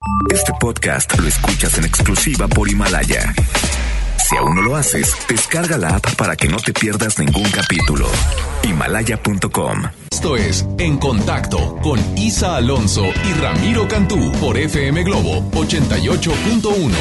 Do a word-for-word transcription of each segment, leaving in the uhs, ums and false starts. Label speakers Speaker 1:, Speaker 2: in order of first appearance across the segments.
Speaker 1: Este podcast lo escuchas en exclusiva por Himalaya. Si aún no lo haces, descarga la app para que no te pierdas ningún capítulo. Himalaya punto com.
Speaker 2: Esto es En Contacto con Isa Alonso y Ramiro Cantú por F M Globo ochenta y ocho punto uno.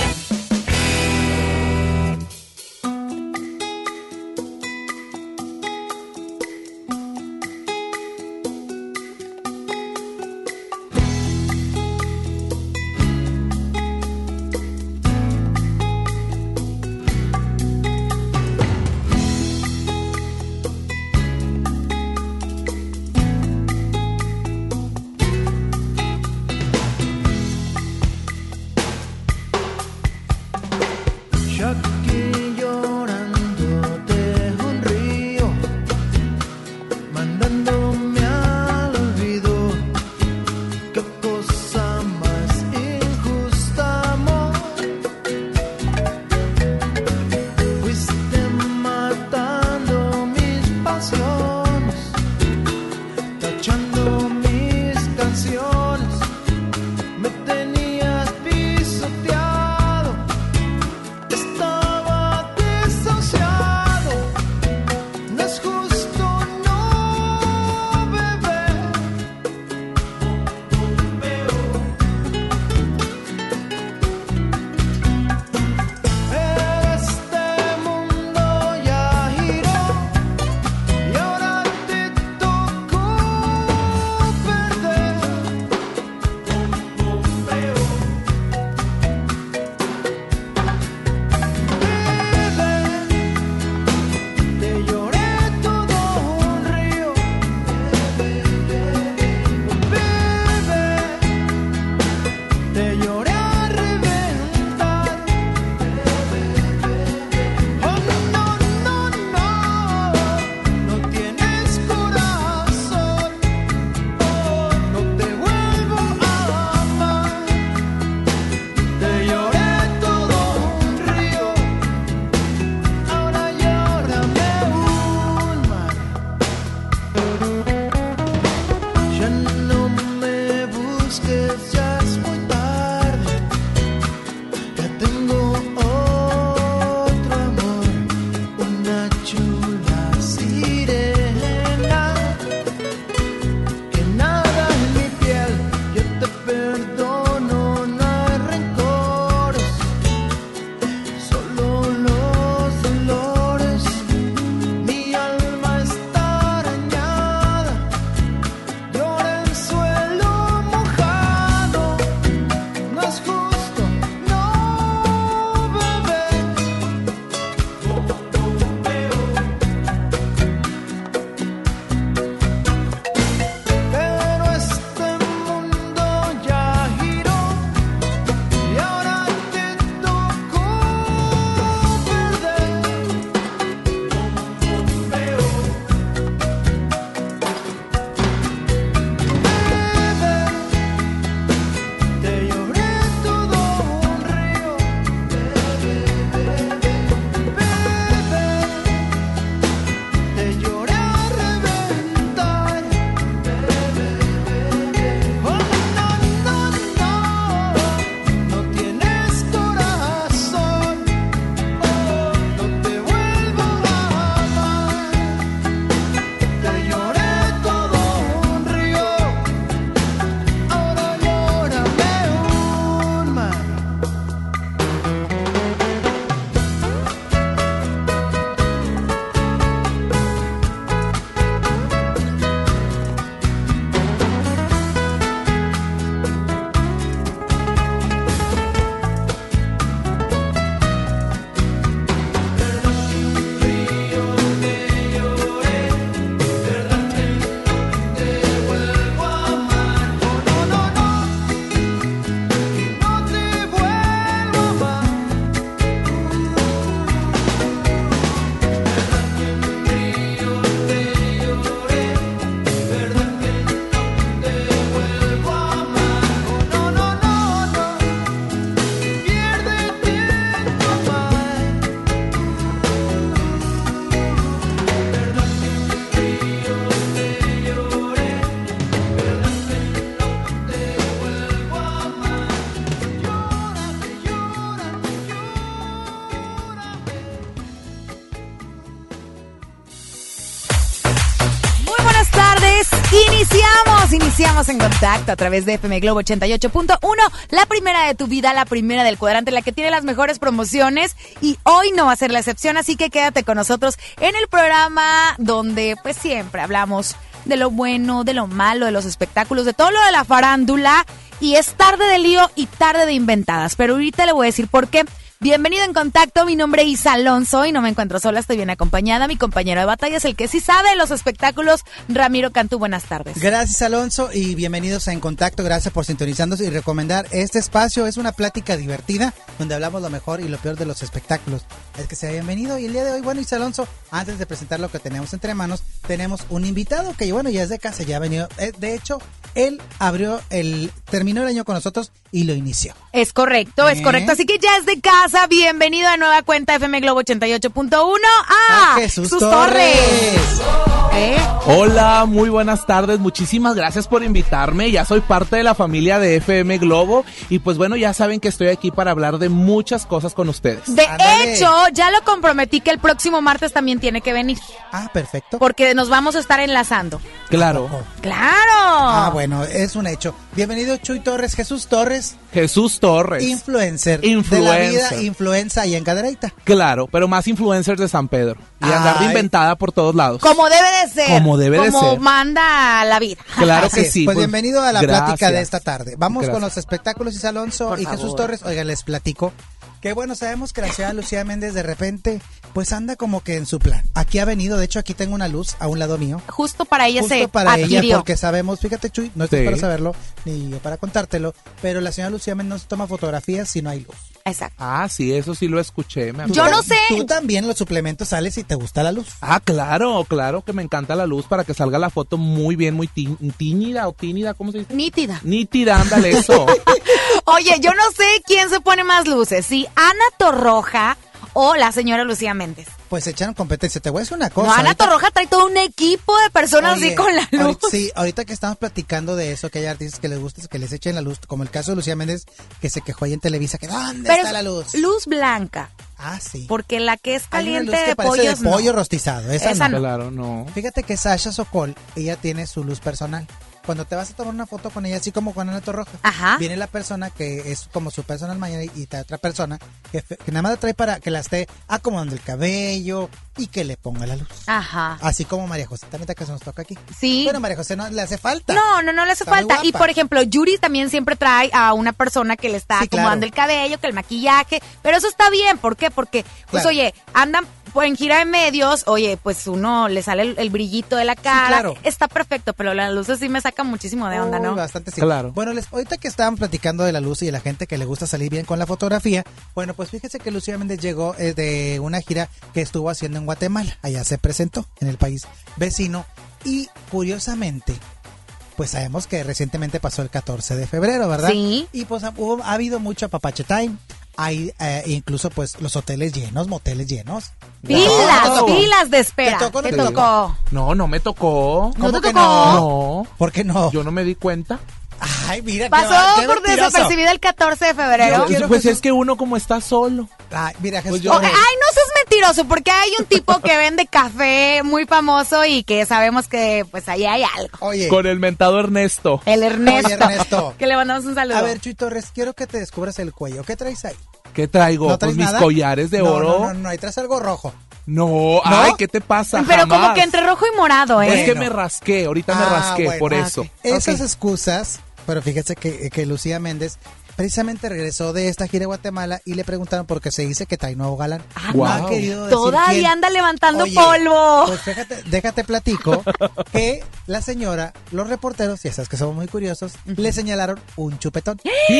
Speaker 3: Iniciamos, iniciamos en contacto a través de F M Globo ochenta y ocho punto uno, la primera de tu vida, la primera del cuadrante, la que tiene las mejores promociones, y hoy no va a ser la excepción, así que quédate con nosotros en el programa donde pues siempre hablamos de lo bueno, de lo malo, de los espectáculos, de todo lo de la farándula, y es tarde de lío y tarde de inventadas, pero ahorita le voy a decir por qué. Bienvenido en contacto, mi nombre es Isa Alonso y no me encuentro sola, estoy bien acompañada. Mi compañero de batalla es el que sí sabe de los espectáculos, Ramiro Cantú. Buenas tardes.
Speaker 4: Gracias, Alonso, y bienvenidos a En Contacto. Gracias por sintonizarnos y recomendar este espacio. Es una plática divertida donde hablamos lo mejor y lo peor de los espectáculos. Es que sea bienvenido. Y el día de hoy, bueno, Isa Alonso, antes de presentar lo que tenemos entre manos, tenemos un invitado que, bueno, ya es de casa, ya ha venido. De hecho, él abrió el, terminó el año con nosotros y lo inició.
Speaker 3: Es correcto, es
Speaker 4: ¿Eh?
Speaker 3: correcto. Así que ya es de casa. Bienvenido a nueva cuenta F M Globo ochenta y ocho punto uno. ¡Ah!
Speaker 4: Jesús,
Speaker 3: Jesús
Speaker 4: Torres.
Speaker 3: Torres. ¿Eh?
Speaker 5: Hola, muy buenas tardes. Muchísimas gracias por invitarme. Ya soy parte de la familia de F M Globo. Y pues bueno, ya saben que estoy aquí para hablar de muchas cosas con ustedes.
Speaker 3: De
Speaker 4: Ándale.
Speaker 3: hecho, ya lo comprometí que el próximo martes también tiene que venir.
Speaker 4: Ah, perfecto.
Speaker 3: Porque nos vamos a estar enlazando.
Speaker 5: Claro.
Speaker 4: Oh.
Speaker 3: ¡Claro!
Speaker 4: Ah, bueno, es un hecho. Bienvenido, Chuy Torres, Jesús Torres,
Speaker 5: Jesús Torres.
Speaker 4: influencer,
Speaker 5: Influencer.
Speaker 4: de la vida, influenza y en Cadereyta.
Speaker 5: Claro, pero más influencers de San Pedro. Y andar de
Speaker 4: Ay.
Speaker 5: inventada por todos lados.
Speaker 3: Como debe de ser.
Speaker 5: Como debe de
Speaker 3: Como
Speaker 5: ser.
Speaker 3: manda la vida.
Speaker 5: Claro
Speaker 4: Así
Speaker 5: que
Speaker 4: es.
Speaker 5: sí.
Speaker 4: Pues,
Speaker 5: pues,
Speaker 4: bienvenido a la
Speaker 5: gracias.
Speaker 4: plática de esta tarde. Vamos
Speaker 5: Gracias.
Speaker 4: con los espectáculos, Isa Alonso
Speaker 3: Por
Speaker 4: y
Speaker 3: favor.
Speaker 4: Jesús Torres. Oigan, les platico que bueno, sabemos que la señora Lucía Méndez de repente pues anda como que en su plan. Aquí ha venido, de hecho aquí tengo una luz a un lado mío.
Speaker 3: Justo para ella
Speaker 4: Justo
Speaker 3: se
Speaker 4: para
Speaker 3: adquirió.
Speaker 4: ella, porque sabemos, fíjate, Chuy, no estoy
Speaker 5: Sí.
Speaker 4: para saberlo, ni yo para contártelo, pero la señora Lucía Méndez no se toma fotografías si no hay luz.
Speaker 3: Exacto.
Speaker 5: Ah, sí, eso sí lo escuché. me
Speaker 3: Yo
Speaker 5: acuerdo.
Speaker 3: no sé.
Speaker 4: Tú también los suplementos sales si te gusta la luz.
Speaker 5: Ah, claro, claro que me encanta la luz para que salga la foto muy bien, muy tí- tímida o tímida, ¿cómo se dice?
Speaker 3: Nítida.
Speaker 5: Nítida, ándale eso.
Speaker 3: Oye, yo no sé quién se pone más luces, si Ana Torroja o la señora Lucía Méndez.
Speaker 4: Pues echaron competencia. Te voy a decir una cosa.
Speaker 3: No, Ana
Speaker 4: ahorita-
Speaker 3: Torroja trae todo un equipo de personas
Speaker 4: Oye,
Speaker 3: así con la luz.
Speaker 4: ahorita- sí, ahorita que estamos platicando de eso, que hay artistas que les gusta que les echen la luz, como el caso de Lucía Méndez, que se quejó ahí en Televisa, que ¿dónde
Speaker 3: Pero
Speaker 4: está
Speaker 3: es
Speaker 4: la luz?
Speaker 3: luz blanca,
Speaker 4: Ah, sí.
Speaker 3: porque la que es
Speaker 4: Hay una
Speaker 3: caliente
Speaker 4: luz que
Speaker 3: de
Speaker 4: parece
Speaker 3: pollos
Speaker 4: de pollo
Speaker 3: no.
Speaker 4: rostizado. Esa,
Speaker 3: Esa
Speaker 4: no.
Speaker 3: no.
Speaker 5: Claro, no.
Speaker 4: Fíjate que Sasha Sokol, ella tiene su luz personal. Cuando te vas a tomar una foto con ella, así como con Ana Torroja,
Speaker 3: Ajá.
Speaker 4: viene la persona que es como su personal mañana y trae otra persona que, fe- que nada más la trae para que la esté acomodando el cabello y que le ponga la luz.
Speaker 3: Ajá.
Speaker 4: Así como María José, también que se nos toca aquí.
Speaker 3: Sí.
Speaker 4: Bueno, María José no le hace falta.
Speaker 3: No, no, no le hace
Speaker 4: Está muy
Speaker 3: falta. Y
Speaker 4: guapa.
Speaker 3: por ejemplo, Yuri también siempre trae a una persona que le está
Speaker 4: Sí,
Speaker 3: acomodando
Speaker 4: claro.
Speaker 3: el cabello, que el maquillaje. Pero eso está bien. ¿Por qué? Porque, pues,
Speaker 4: Claro.
Speaker 3: oye, andan pues, en gira de medios. Oye, pues uno le sale el, el brillito de la cara.
Speaker 4: claro.
Speaker 3: Está perfecto, pero las luces sí me sacan muchísimo de onda,
Speaker 4: Uy,
Speaker 3: ¿no?
Speaker 4: bastante sí.
Speaker 5: Claro.
Speaker 4: Bueno, les, ahorita que estaban platicando de la luz y de la gente que le gusta salir bien con la fotografía, bueno, pues fíjese que Lucía Méndez llegó eh, de una gira que estuvo haciendo en Guatemala. Allá se presentó en el país vecino y curiosamente, pues sabemos que recientemente pasó el catorce de febrero, ¿verdad?
Speaker 3: Sí.
Speaker 4: Y pues ha, hubo- ha habido mucho apapache time. Hay eh, incluso pues los hoteles llenos, moteles llenos.
Speaker 3: Pilas,
Speaker 4: No,
Speaker 3: pilas de espera.
Speaker 4: ¿Te tocó o no
Speaker 3: Te
Speaker 4: te
Speaker 3: tocó.
Speaker 4: tocó?
Speaker 5: No, no me tocó.
Speaker 3: ¿No
Speaker 4: ¿Cómo
Speaker 3: te
Speaker 4: que
Speaker 3: tocó?
Speaker 5: No.
Speaker 4: ¿Por qué no?
Speaker 5: Yo no me di cuenta.
Speaker 4: Ay, mira, qué
Speaker 3: Pasó
Speaker 4: va- qué
Speaker 3: por
Speaker 4: mentiroso.
Speaker 3: desapercibido el catorce de febrero.
Speaker 4: Yo quiero
Speaker 5: Pues
Speaker 4: que
Speaker 5: es
Speaker 4: eso-
Speaker 5: que uno como está solo.
Speaker 4: Ay, mira, Jesús.
Speaker 5: Pues yo-
Speaker 3: Oh, ay, no seas mentiroso, porque hay un tipo que vende café muy famoso y que sabemos que pues ahí hay algo.
Speaker 4: Oye,
Speaker 5: Con el mentado Ernesto.
Speaker 3: El Ernesto.
Speaker 4: Oye, Ernesto.
Speaker 3: Que le mandamos un saludo.
Speaker 4: a ver, Chuy Torres, quiero que te descubras el cuello. ¿Qué traes ahí?
Speaker 5: ¿Qué traigo?
Speaker 4: ¿No
Speaker 5: Pues
Speaker 4: traes
Speaker 5: mis
Speaker 4: nada?
Speaker 5: collares de
Speaker 4: No,
Speaker 5: oro.
Speaker 4: No, no, no, ahí traes algo rojo.
Speaker 5: No, ay, ¿qué te pasa?
Speaker 3: Pero como
Speaker 5: Jamás.
Speaker 3: que entre rojo y morado, ¿eh?
Speaker 5: Es que
Speaker 4: Bueno.
Speaker 5: me rasqué, ahorita me
Speaker 4: Ah,
Speaker 5: rasqué,
Speaker 4: bueno.
Speaker 5: por
Speaker 3: Ah,
Speaker 5: eso.
Speaker 3: ok.
Speaker 4: Esas excusas, pero fíjese que, que Lucía Méndez precisamente regresó de esta gira de Guatemala y le preguntaron porque se dice que trae nuevo galán.
Speaker 3: Ah,
Speaker 4: No ha
Speaker 5: wow.
Speaker 4: querido decir
Speaker 3: Todavía
Speaker 4: quién.
Speaker 3: anda levantando
Speaker 4: Oye,
Speaker 3: polvo.
Speaker 4: Pues fíjate, déjate platico que la señora, los reporteros, ya sabes que somos muy curiosos, le señalaron un chupetón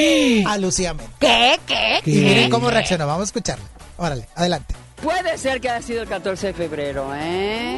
Speaker 4: a Lucía Méndez.
Speaker 3: ¿Qué? ¿Qué?
Speaker 5: ¿Qué?
Speaker 4: Y miren cómo reaccionó, vamos a escucharla. Órale, adelante.
Speaker 6: Puede ser que haya sido el catorce de febrero, ¿eh?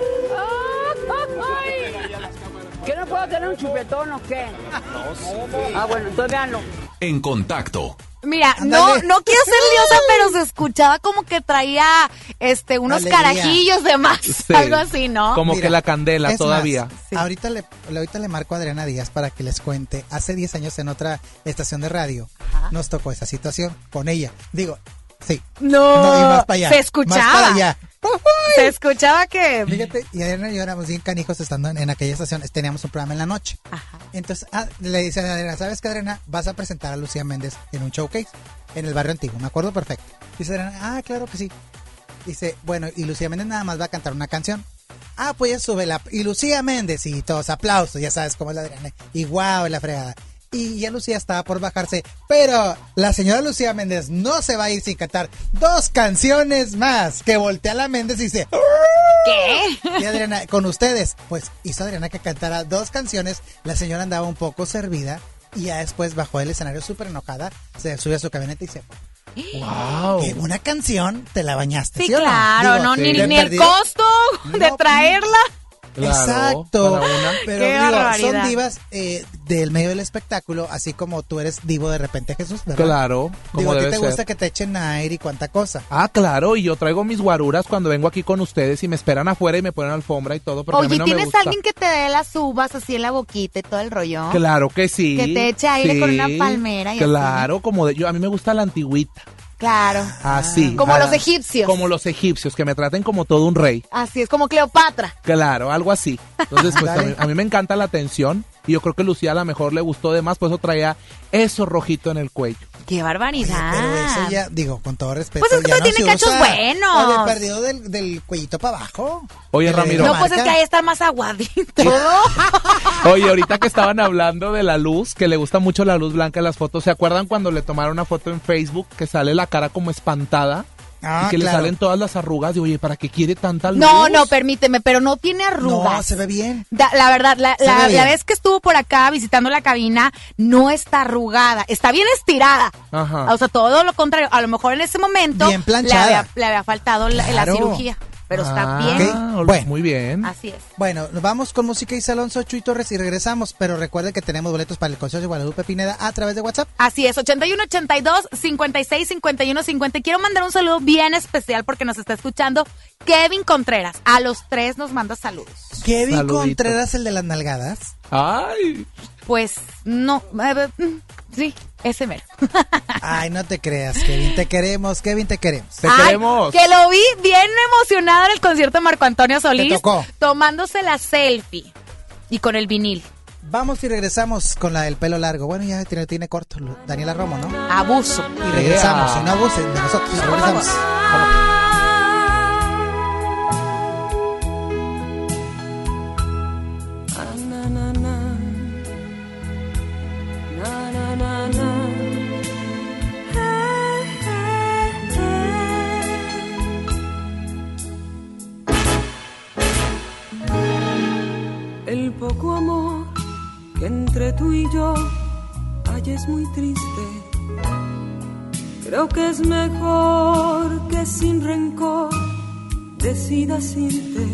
Speaker 6: Ay. ¿Que no puedo tener un chupetón o qué? Ah, bueno, entonces véanlo.
Speaker 2: En Contacto.
Speaker 3: Mira, no,
Speaker 4: Ándale.
Speaker 3: no quiero ser liosa, pero se escuchaba como que traía este unos
Speaker 4: Alegría.
Speaker 3: carajillos de más.
Speaker 5: Sí.
Speaker 3: Algo así, ¿no?
Speaker 5: Como
Speaker 4: Mira,
Speaker 5: que la candela
Speaker 4: es
Speaker 5: todavía.
Speaker 4: más,
Speaker 3: Sí.
Speaker 4: ahorita, le, ahorita le marco a Adriana Díaz para que les cuente. Hace diez años en otra estación de radio
Speaker 3: Ajá.
Speaker 4: nos tocó esa situación con ella. Digo, sí.
Speaker 3: No,
Speaker 4: No, y más para allá.
Speaker 3: se escuchaba.
Speaker 4: Más para allá.
Speaker 3: Se escuchaba que...
Speaker 4: Fíjate, y Adriana y yo éramos bien canijos estando en, en aquella estación. Teníamos un programa en la noche.
Speaker 3: Ajá.
Speaker 4: Entonces ah, le dice a Adriana, ¿sabes qué, Adriana? Vas a presentar a Lucía Méndez en un showcase en el barrio antiguo. Me acuerdo perfecto. Dice Adriana, ah, claro que sí. Dice, bueno, y Lucía Méndez nada más va a cantar una canción. Ah, pues ya sube la... Y Lucía Méndez y todos aplausos, ya sabes cómo es la Adriana. Y guau, la fregada. Y ya Lucía estaba por bajarse, pero la señora Lucía Méndez no se va a ir sin cantar dos canciones más. Que voltea a la Méndez y dice...
Speaker 3: ¿Qué?
Speaker 4: Y Adriana, con ustedes, pues hizo Adriana que cantara dos canciones. La señora andaba un poco servida y ya después bajó del escenario súper enojada, se subió a su camioneta y se fue.
Speaker 5: Wow.
Speaker 4: Que una canción te la bañaste,
Speaker 3: Sí,
Speaker 4: ¿sí o no?
Speaker 3: claro,
Speaker 4: Digo,
Speaker 3: no,
Speaker 5: sí.
Speaker 3: ni,
Speaker 4: de
Speaker 3: ni el
Speaker 4: perdido-
Speaker 3: costo de
Speaker 4: No,
Speaker 3: traerla.
Speaker 5: Claro,
Speaker 4: Exacto.
Speaker 5: para una.
Speaker 4: Pero
Speaker 3: Qué
Speaker 4: digo,
Speaker 3: barbaridad.
Speaker 4: son divas eh, del medio del espectáculo, así como tú eres divo de repente, Jesús, ¿verdad?
Speaker 5: Claro, como
Speaker 4: Digo, a ti
Speaker 5: debe
Speaker 4: te
Speaker 5: ser.
Speaker 4: gusta que te echen aire y cuánta cosa.
Speaker 5: Ah, claro, y yo traigo mis guaruras cuando vengo aquí con ustedes y me esperan afuera y me ponen alfombra y todo, porque a mí
Speaker 3: Oye,
Speaker 5: no me
Speaker 3: ¿tienes
Speaker 5: gusta.
Speaker 3: alguien que te dé las uvas así en la boquita y todo el rollo?
Speaker 5: Claro que sí.
Speaker 3: Que te eche aire
Speaker 5: sí,
Speaker 3: con una palmera y así.
Speaker 5: Claro, como de, yo a mí me gusta la antigüita.
Speaker 3: Claro.
Speaker 5: Así.
Speaker 3: Como
Speaker 5: ah,
Speaker 3: los egipcios.
Speaker 5: Como los egipcios, que me traten como todo un rey.
Speaker 3: Así es, como Cleopatra.
Speaker 5: Claro, algo así. Entonces, pues a
Speaker 4: Dale.
Speaker 5: mí, a mí me encanta la atención y yo creo que Lucía a lo mejor le gustó de más, por eso traía eso rojito en el cuello.
Speaker 3: ¡Qué
Speaker 4: Oye,
Speaker 3: barbaridad!
Speaker 4: pero eso ya, digo, con todo respeto,
Speaker 3: Pues es que
Speaker 4: ya
Speaker 3: todo
Speaker 4: no
Speaker 3: tiene
Speaker 4: se
Speaker 3: cachos
Speaker 4: usa.
Speaker 3: buenos.
Speaker 4: O de perdido del, del cuellito para abajo.
Speaker 5: Oye,
Speaker 4: Que le
Speaker 5: Ramiro.
Speaker 4: digo
Speaker 3: No, pues es
Speaker 4: marca.
Speaker 3: que ahí está más aguadito.
Speaker 5: Oye, ahorita que estaban hablando de la luz, que le gusta mucho la luz blanca en las fotos, ¿se acuerdan cuando le tomaron una foto en Facebook que sale la cara como espantada?
Speaker 4: Ah,
Speaker 5: y que
Speaker 4: claro.
Speaker 5: le salen todas las arrugas. Y oye, ¿para qué quiere tanta luz?
Speaker 3: No, no, permíteme, pero no tiene arrugas.
Speaker 4: No, se ve bien.
Speaker 3: Da- la verdad, la,
Speaker 4: Se
Speaker 3: la-
Speaker 4: ve
Speaker 3: la
Speaker 4: bien.
Speaker 3: vez que estuvo por acá visitando la cabina, no está arrugada, está bien estirada.
Speaker 5: Ajá.
Speaker 3: O sea, todo lo contrario. A lo mejor en ese momento
Speaker 4: Bien
Speaker 3: le
Speaker 4: planchada.
Speaker 3: había, le había faltado la, la
Speaker 4: Claro.
Speaker 3: cirugía, pero está
Speaker 5: Ah,
Speaker 3: bien.
Speaker 4: Ok, bueno.
Speaker 5: Muy bien.
Speaker 3: Así es.
Speaker 4: Bueno, nos vamos con música y Alonso, Chuy Torres y regresamos. Pero recuerden que tenemos boletos para el concierto de Guadalupe Pineda a través de WhatsApp.
Speaker 3: Así es, ochenta y uno ochenta y dos, cincuenta y seis cincuenta y uno cincuenta. Quiero mandar un saludo bien especial porque nos está escuchando Kevin Contreras. A los tres nos manda saludos.
Speaker 4: Kevin
Speaker 5: Saludito.
Speaker 4: Contreras, el de las nalgadas.
Speaker 5: Ay.
Speaker 3: Pues no, eh, mm, sí, ese mero.
Speaker 4: Ay, no te creas, Kevin. Te queremos, Kevin, te queremos.
Speaker 5: Te
Speaker 3: Ay,
Speaker 5: queremos.
Speaker 3: que lo vi bien emocionado en el concierto de Marco Antonio Solís.
Speaker 4: Te tocó.
Speaker 3: Tomándose la selfie y con el vinil.
Speaker 4: Vamos y regresamos con la del pelo largo. Bueno, ya tiene, tiene corto, lo- Daniela Romo, ¿no?
Speaker 3: Abuso.
Speaker 4: Y regresamos,
Speaker 5: Ea.
Speaker 4: y no abusen de nosotros. Regresamos.
Speaker 7: El poco amor que entre tú y yo hay es muy triste. Creo que es mejor que sin rencor decidas irte.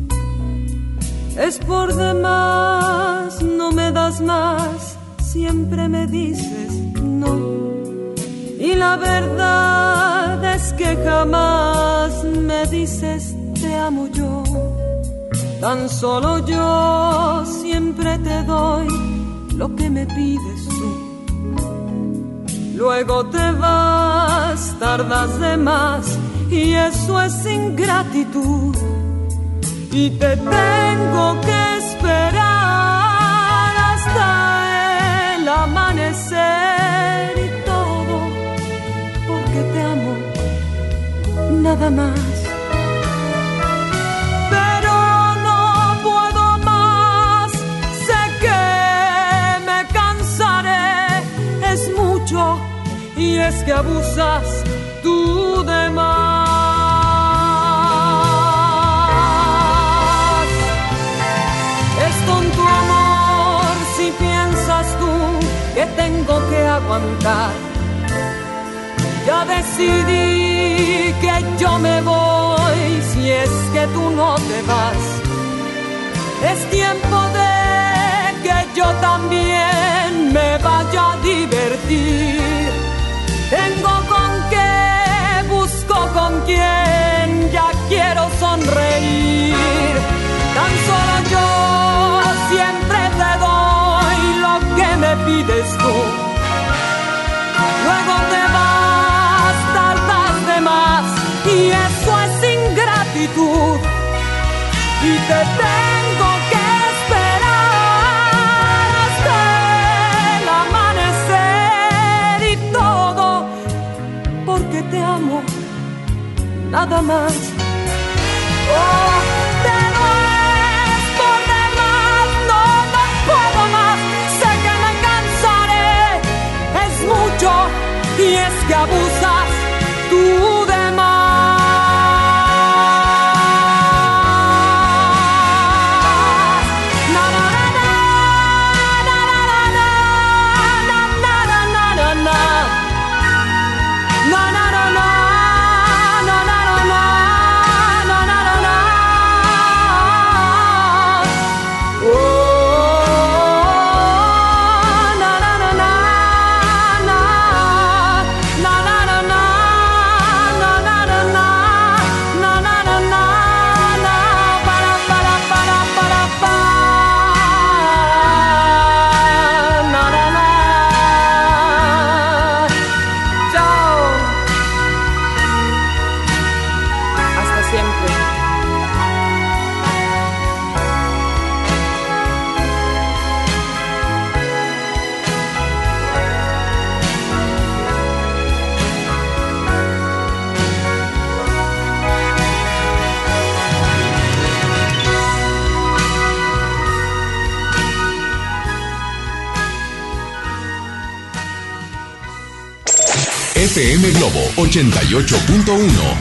Speaker 7: Es por demás, no me das más, siempre me dices no. Y la verdad es que jamás me dices te amo yo. Tan solo yo siempre te doy lo que me pides tú. Luego te vas, tardas de más y eso es ingratitud. Y te tengo que esperar hasta el amanecer y todo porque te amo, nada más. Y es que abusas tú de más. Es con tu amor si piensas tú que tengo que aguantar. Ya decidí que yo me voy si es que tú no te vas. Es tiempo de que yo también me vaya a divertir. Tengo con qué, busco con quién, ya quiero sonreír. Tan solo yo siempre te doy lo que me pides tú. Luego te vas, tardas de más y eso es ingratitud. te tengo que esperar hasta el amanecer y todo porque te amo, nada más. Oh, te no es por demás, no, no puedo más, sé que me cansaré, es mucho y es que abusas tú de más.
Speaker 2: F M Globo ochenta y ocho punto uno.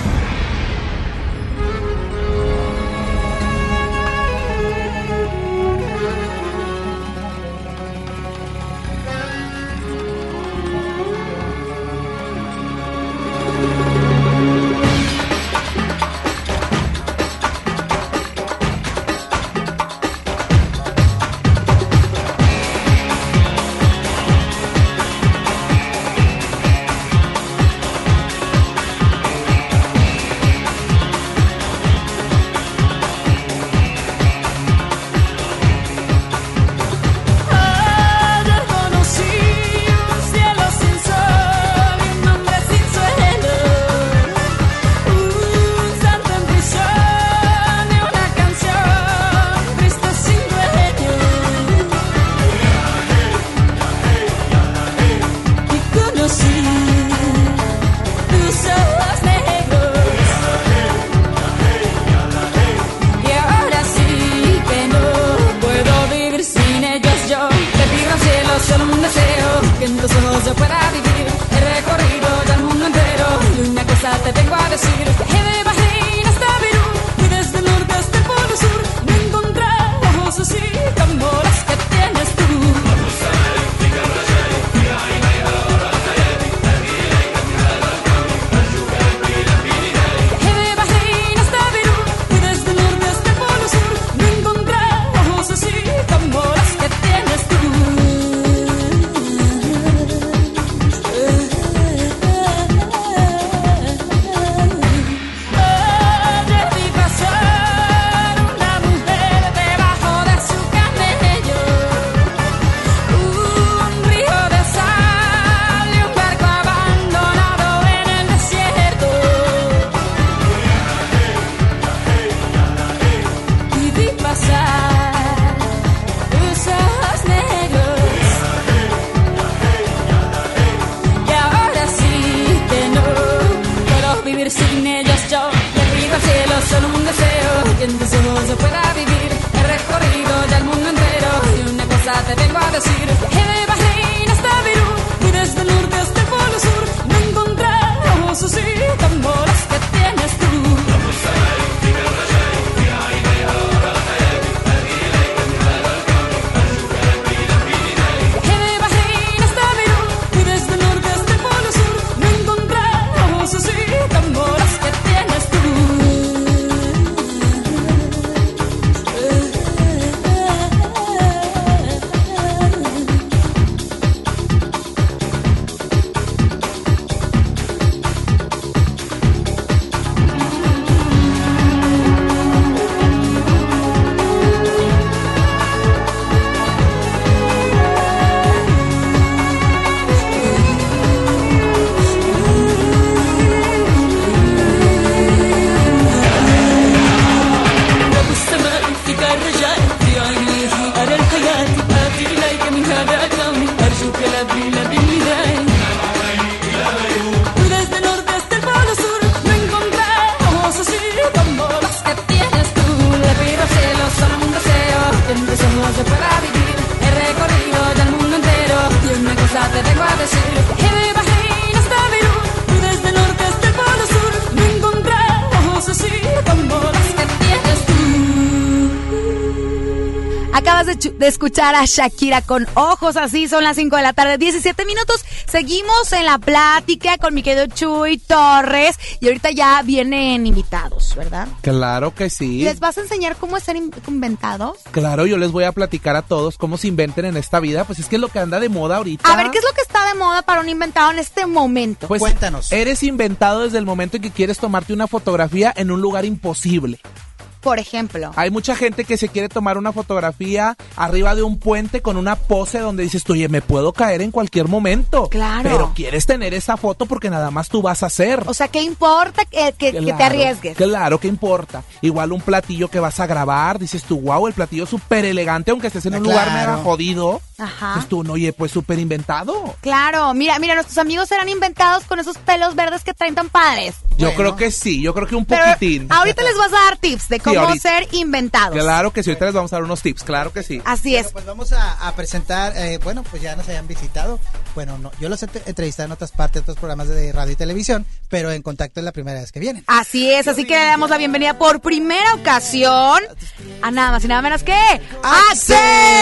Speaker 3: de, de escuchar a Shakira con Ojos Así. Son las cinco de la tarde, diecisiete minutos. Seguimos en la plática con mi querido Chuy Torres. Y ahorita ya vienen invitados, ¿verdad?
Speaker 5: Claro que sí.
Speaker 3: ¿Les vas a enseñar cómo ser in- inventados?
Speaker 5: Claro, yo les voy a platicar a todos cómo se inventen en esta vida. Pues es que es lo que anda de moda ahorita.
Speaker 3: A ver, ¿qué es lo que está de moda para un inventado en este momento?
Speaker 5: Pues
Speaker 4: Cuéntanos.
Speaker 5: eres inventado desde el momento en que quieres tomarte una fotografía en un lugar imposible.
Speaker 3: Por ejemplo.
Speaker 5: Hay mucha gente que se quiere tomar una fotografía arriba de un puente con una pose donde dices, oye, me puedo caer en cualquier momento.
Speaker 3: Claro.
Speaker 5: Pero quieres tener esa foto porque nada más tú vas a hacer.
Speaker 3: O sea, ¿qué importa que, que,
Speaker 5: Claro,
Speaker 3: que te arriesgues?
Speaker 5: Claro, ¿qué importa? Igual un platillo que vas a grabar, dices tú, wow, el platillo es súper elegante, aunque estés en un
Speaker 4: Claro.
Speaker 5: lugar mega jodido.
Speaker 3: Ajá.
Speaker 5: Dices tú, no, oye, pues súper inventado.
Speaker 3: Claro, mira, mira, nuestros amigos serán inventados con esos pelos verdes que traen tan padres.
Speaker 5: Yo
Speaker 4: Bueno.
Speaker 5: creo que sí, yo creo que un
Speaker 3: Pero
Speaker 5: poquitín.
Speaker 3: ahorita les vas a dar tips de cómo
Speaker 5: ahorita.
Speaker 3: ser inventados.
Speaker 5: Claro que sí, ahorita les vamos a dar unos tips, claro que sí.
Speaker 3: Así es.
Speaker 4: Pues vamos a, a presentar, eh, bueno, pues ya nos hayan visitado. Bueno, no, yo los he te- entrevistado en otras partes, otros programas de radio y televisión, pero en Contacto es la primera vez que vienen.
Speaker 3: Así es, así que le damos la bienvenida por primera ocasión a nada más y nada menos que Axel.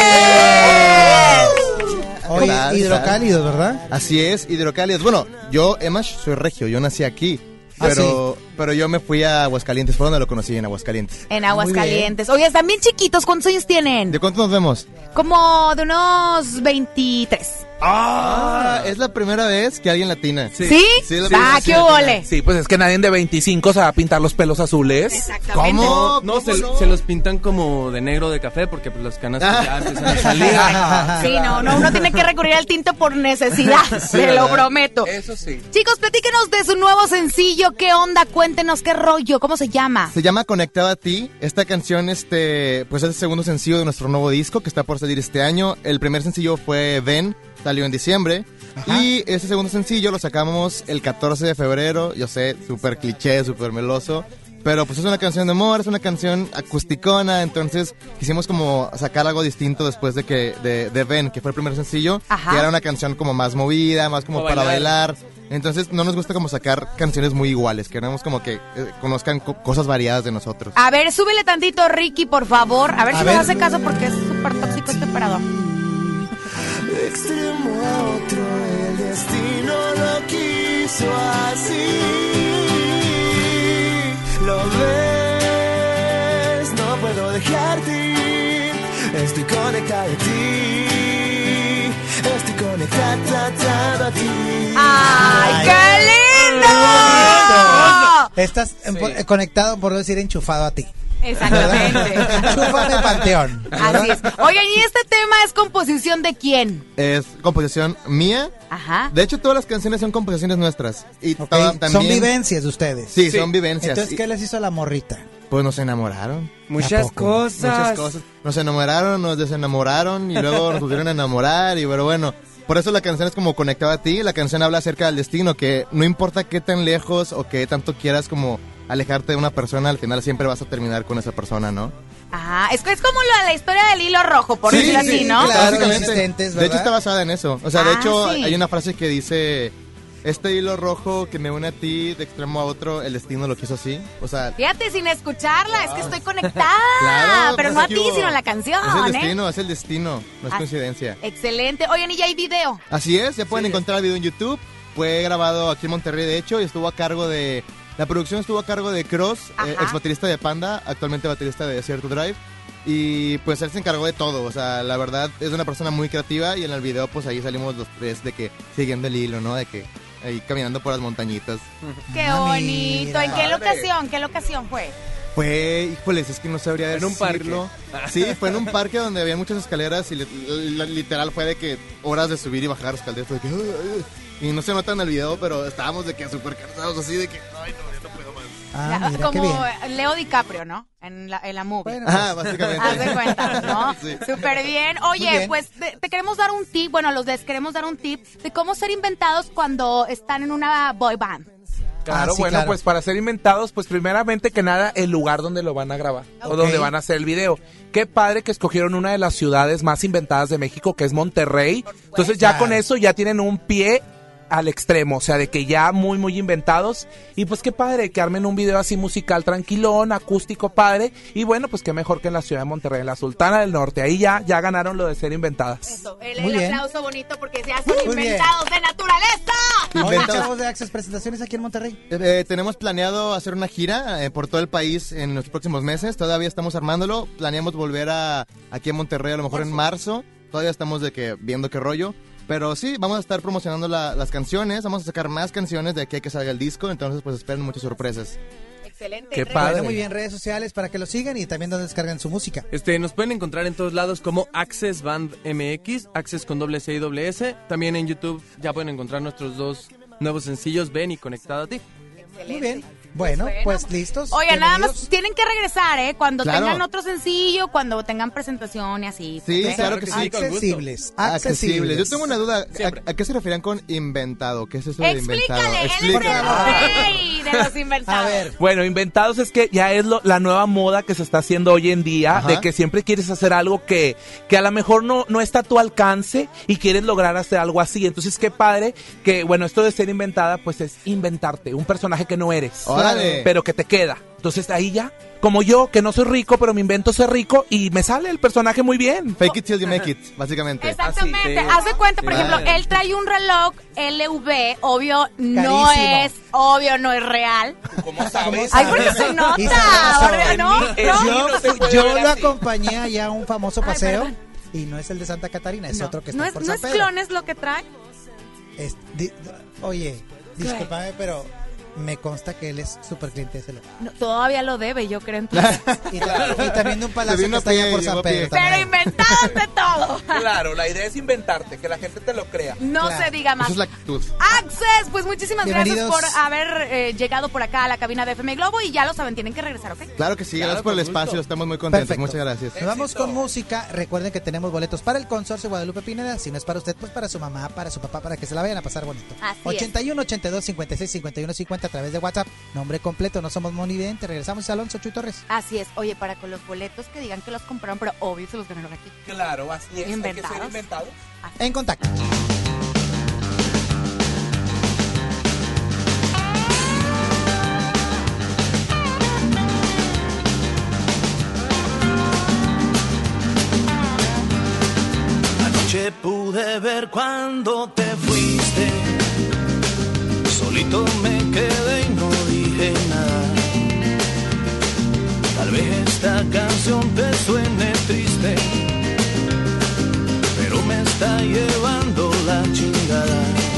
Speaker 4: Hoy
Speaker 8: tal?
Speaker 4: hidrocálidos, ¿verdad?
Speaker 8: Así es, hidrocálidos. Bueno, yo, Emash, soy regio, yo nací aquí.
Speaker 4: Ah,
Speaker 8: Pero, pero yo me fui a Aguascalientes, fue donde lo conocí, en Aguascalientes.
Speaker 3: En Aguascalientes. Oye, están bien chiquitos, ¿cuántos años tienen?
Speaker 8: ¿De cuánto nos vemos?
Speaker 3: Como de unos veintitrés.
Speaker 8: Ah, es la primera vez que alguien latina.
Speaker 3: ¿Sí?
Speaker 8: Sí, es la primera
Speaker 3: Ah,
Speaker 8: vez
Speaker 3: qué
Speaker 8: que latina.
Speaker 3: ole.
Speaker 5: Sí, pues es que nadie de veinticinco se va a pintar los pelos azules.
Speaker 3: Exactamente.
Speaker 8: ¿Cómo?
Speaker 9: No, se,
Speaker 8: no?
Speaker 9: se los pintan como de negro de café porque pues las canas pues, ya empiezan a salir.
Speaker 3: Sí, no, no, uno tiene que recurrir al tinto por necesidad, te lo
Speaker 8: ¿verdad?
Speaker 3: prometo.
Speaker 5: Eso sí.
Speaker 3: Chicos, platíquenos de su nuevo sencillo, ¿qué onda? Cuéntenos qué rollo, ¿cómo se llama?
Speaker 8: Se llama Conectado a ti. Esta canción, este, pues es el segundo sencillo de nuestro nuevo disco que está por salir este año. El primer sencillo fue Ven, salió en diciembre.
Speaker 4: Ajá.
Speaker 8: Y este segundo sencillo lo sacamos el catorce de febrero. Yo sé, súper cliché, súper meloso. Pero pues es una canción de amor, es una canción acusticona. Entonces quisimos como sacar algo distinto después de que de, de Ven, que fue el primer sencillo.
Speaker 3: Ajá.
Speaker 8: Que era una canción como más movida, más como
Speaker 9: Como
Speaker 8: para
Speaker 9: bailar.
Speaker 8: bailar. Entonces no nos gusta como sacar canciones muy iguales. Queremos como que eh, conozcan co- cosas variadas de nosotros.
Speaker 3: A ver, súbele tantito, Ricky, por favor. A ver
Speaker 4: A
Speaker 3: si
Speaker 4: ver.
Speaker 3: nos hace caso porque es súper tóxico este operador.
Speaker 10: De extremo a otro, el destino lo quiso así. Lo ves, no puedo dejarte ir. Estoy conectado a ti. Estoy conectado a ti.
Speaker 3: ¡Ay, qué lindo!
Speaker 4: Estás en- por- eh, conectado, por no decir enchufado a ti.
Speaker 3: Exactamente.
Speaker 4: Enchúfame Panteón.
Speaker 3: Así es. Oigan, ¿y este tema es composición de quién?
Speaker 8: Es composición mía.
Speaker 3: Ajá.
Speaker 8: De hecho, todas las canciones son composiciones nuestras. Y
Speaker 4: Ok,
Speaker 8: toda- también...
Speaker 4: Son vivencias de ustedes.
Speaker 8: Sí, son vivencias.
Speaker 4: Entonces,
Speaker 8: Y-
Speaker 4: ¿qué les hizo la morrita?
Speaker 8: Pues nos enamoraron.
Speaker 4: ¿A
Speaker 9: Muchas
Speaker 4: poco?
Speaker 9: cosas.
Speaker 8: Muchas cosas. Nos enamoraron, nos desenamoraron y luego nos volvieron a enamorar. Y pero bueno, por eso la canción es como Conectada a ti. La canción habla acerca del destino, que no importa qué tan lejos o qué tanto quieras como alejarte de una persona, al final siempre vas a terminar con esa persona, ¿no?
Speaker 3: Ajá. Es, es como lo de la historia del hilo rojo, por
Speaker 8: Sí,
Speaker 3: decirlo
Speaker 8: sí,
Speaker 3: así, ¿no?
Speaker 4: claro.
Speaker 8: Básicamente.
Speaker 4: consistentes,
Speaker 8: De hecho
Speaker 4: ¿verdad?
Speaker 8: está basada en eso. O sea, de
Speaker 3: Ah,
Speaker 8: hecho
Speaker 3: sí.
Speaker 8: hay una frase que dice: este hilo rojo que me une a ti de extremo a otro, el destino lo quiso así. O sea,
Speaker 3: Fíjate, sin escucharla, es que estoy conectada.
Speaker 8: claro,
Speaker 3: pero
Speaker 8: pues
Speaker 3: no a
Speaker 8: aquí
Speaker 3: ti,
Speaker 8: hubo-
Speaker 3: sino a la canción,
Speaker 8: es el
Speaker 3: ¿eh?
Speaker 8: destino, es el destino, no es
Speaker 3: Ah,
Speaker 8: coincidencia.
Speaker 3: Excelente. Oigan, ¿y ya hay video?
Speaker 8: Así es, ya pueden encontrar el video en YouTube. Fue grabado aquí en Monterrey, de hecho, y estuvo a cargo de... La producción estuvo a cargo de Cross, eh,
Speaker 3: Ajá.
Speaker 8: ex baterista de Panda, actualmente baterista de Desierto Drive. Y pues él se encargó de todo, o sea, la verdad es una persona muy creativa y en el video pues ahí salimos los tres de que siguiendo el hilo, ¿no? De que ahí caminando por las montañitas.
Speaker 3: Qué
Speaker 4: Ah,
Speaker 3: bonito.
Speaker 4: mira.
Speaker 3: ¿En qué locación? ¿Qué locación fue?
Speaker 8: Fue, híjoles, es que no sabría
Speaker 9: En un
Speaker 8: decirlo. Sí, fue en un parque donde había muchas escaleras y li- li- literal fue de que horas de subir y bajar escaleras. Fue de que, "Ay, ay", y no se nota en el video, pero estábamos de que súper cansados así de que, ay, no, ya no puedo más.
Speaker 4: Ah,
Speaker 3: Ya,
Speaker 4: mira, qué
Speaker 3: como
Speaker 4: bien.
Speaker 3: Leo DiCaprio, ¿no? En la, en la movie.
Speaker 4: Bueno,
Speaker 8: Ajá, básicamente.
Speaker 3: Haz de cuenta, ¿no?
Speaker 8: Sí.
Speaker 3: Súper bien.
Speaker 4: Muy
Speaker 3: Oye,
Speaker 4: bien.
Speaker 3: pues te, te queremos dar un tip, bueno, los des queremos dar un tip de cómo ser inventados cuando están en una boy band.
Speaker 5: Claro,
Speaker 4: Ah, sí,
Speaker 5: bueno,
Speaker 4: claro.
Speaker 5: pues para ser inventados, pues primeramente que nada, el lugar donde lo van a grabar o
Speaker 4: Ok.
Speaker 5: donde van a hacer el video. Qué padre que escogieron una de las ciudades más inventadas de México, que es Monterrey. Entonces ya
Speaker 4: Claro.
Speaker 5: con eso ya tienen un pie al extremo, o sea, de que ya muy, muy inventados. Y pues qué padre que armen un video así musical tranquilón, acústico padre. Y bueno, pues qué mejor que en la ciudad de Monterrey, en la Sultana del Norte. Ahí ya, ya ganaron lo de ser inventadas.
Speaker 3: Eso, el,
Speaker 4: Muy
Speaker 3: el
Speaker 4: bien.
Speaker 3: aplauso bonito porque ya son
Speaker 4: Muy
Speaker 3: inventados de naturaleza.
Speaker 4: Oye,
Speaker 8: Inventados.
Speaker 4: chavos de Access, presentaciones aquí en Monterrey.
Speaker 8: Eh, eh, tenemos planeado hacer una gira eh, por todo el país en los próximos meses. Todavía estamos armándolo. Planeamos volver a aquí en Monterrey a lo mejor en marzo. Todavía estamos de que viendo qué rollo. Pero sí, vamos a estar promocionando la- las canciones. Vamos a sacar más canciones de aquí a que salga el disco. Entonces, pues esperen muchas sorpresas.
Speaker 3: Excelente.
Speaker 5: Qué
Speaker 3: Rey.
Speaker 5: padre.
Speaker 4: Bueno, muy bien, redes sociales para que lo sigan y también donde descargan su música.
Speaker 9: Este, nos pueden encontrar en todos lados como Access Band M X, Access con doble C y doble S. También en YouTube ya pueden encontrar nuestros dos nuevos sencillos, Ven y Conectado a ti.
Speaker 3: Excelente.
Speaker 4: Muy bien. Bueno,
Speaker 3: Bueno.
Speaker 4: pues listos.
Speaker 3: Oigan, nada más
Speaker 4: bienvenidos.
Speaker 3: tienen que regresar, ¿eh? Cuando
Speaker 8: Claro.
Speaker 3: tengan otro sencillo, cuando tengan presentación y así.
Speaker 8: Sí,
Speaker 3: ¿ok?
Speaker 8: claro que sí.
Speaker 4: Accesibles,
Speaker 8: Accesibles. Yo tengo una duda.
Speaker 9: Siempre.
Speaker 8: ¿A, a qué se referían con inventado? ¿Qué es eso de inventado?
Speaker 3: Explícale, él es el
Speaker 8: Explícale.
Speaker 3: rey de los inventados.
Speaker 4: A ver,
Speaker 5: Bueno, inventados es que ya es lo- la nueva moda que se está haciendo hoy en día,
Speaker 8: Ajá.
Speaker 5: de que siempre quieres hacer algo que, que a lo mejor no, no está a tu alcance y quieres lograr hacer algo así. Entonces, qué padre que, bueno, esto de ser inventada, pues es inventarte un personaje que no eres,
Speaker 8: Órale.
Speaker 5: pero que te queda. Entonces, ahí ya, como yo, que no soy rico, pero me invento ser rico y me sale el personaje muy bien.
Speaker 8: Fake it till you make it, básicamente.
Speaker 3: Exactamente.
Speaker 9: Ah, sí.
Speaker 3: Haz de cuenta, por
Speaker 9: Sí.
Speaker 3: ejemplo, él trae un reloj L V, obvio no
Speaker 4: Carísimo.
Speaker 3: es, obvio no es real.
Speaker 5: ¿Cómo sabes?
Speaker 3: Ay, porque se nota.
Speaker 4: Y se nota.
Speaker 3: ¿verdad? ¿No?
Speaker 5: En mí- en
Speaker 3: ¿No?
Speaker 5: mí
Speaker 4: yo,
Speaker 5: no se puede
Speaker 4: yo
Speaker 5: ver
Speaker 4: lo
Speaker 5: así.
Speaker 4: acompañé allá a un famoso
Speaker 3: Ay,
Speaker 4: paseo
Speaker 3: perdón.
Speaker 4: y no es el de Santa Catarina, es
Speaker 3: No.
Speaker 4: otro que está
Speaker 3: ¿No es,
Speaker 4: por
Speaker 3: no
Speaker 4: San
Speaker 3: es
Speaker 4: Pedro.
Speaker 3: clones lo que trae?
Speaker 4: Es- di- oye, discúlpame, pero me consta que él es súper cliente de ese lugar.
Speaker 3: No, todavía lo debe, yo creo. Entonces.
Speaker 4: Y, ta- y también de un palacio
Speaker 8: Se vino
Speaker 4: que
Speaker 8: a
Speaker 4: está allá
Speaker 8: pie,
Speaker 4: por
Speaker 8: llegó
Speaker 4: San
Speaker 8: a pie.
Speaker 4: Pedro.
Speaker 3: Pero
Speaker 4: también.
Speaker 3: inventados de todo.
Speaker 5: Claro, la idea es inventarte, que la gente te lo crea.
Speaker 3: No
Speaker 4: Claro.
Speaker 3: se diga más.
Speaker 8: Esa es la actitud.
Speaker 3: Access, pues muchísimas gracias
Speaker 4: Bienvenidos.
Speaker 3: por haber eh, llegado por acá a la cabina de F M Globo y ya lo saben, tienen que regresar, ¿ok?
Speaker 8: Claro que sí,
Speaker 9: Claro,
Speaker 8: gracias por el
Speaker 9: con gusto.
Speaker 8: espacio, estamos muy contentos,
Speaker 4: Perfecto.
Speaker 8: muchas gracias.
Speaker 4: Nos vamos con música. Recuerden que tenemos boletos para el Consorcio Guadalupe Pineda. Si no es para usted, pues para su mamá, para su papá, para que se la vayan a pasar bonito.
Speaker 3: Así es.
Speaker 4: ochenta y uno, ochenta y dos, cincuenta y seis, cincuenta y uno, cincuenta a través de WhatsApp. Nombre completo, no somos monividente. Regresamos a Alonso Chuy Torres.
Speaker 3: Así es. Oye, para con los boletos que digan que los compraron, pero obvio se los ganaron aquí.
Speaker 5: Claro, así es.
Speaker 3: Inventados.
Speaker 5: Hay que ser inventados.
Speaker 4: En contacto.
Speaker 10: Anoche pude ver cuando te fuiste. Solito me quedé y no dije nada. Tal vez esta canción te suene triste, pero me está llevando la chingada.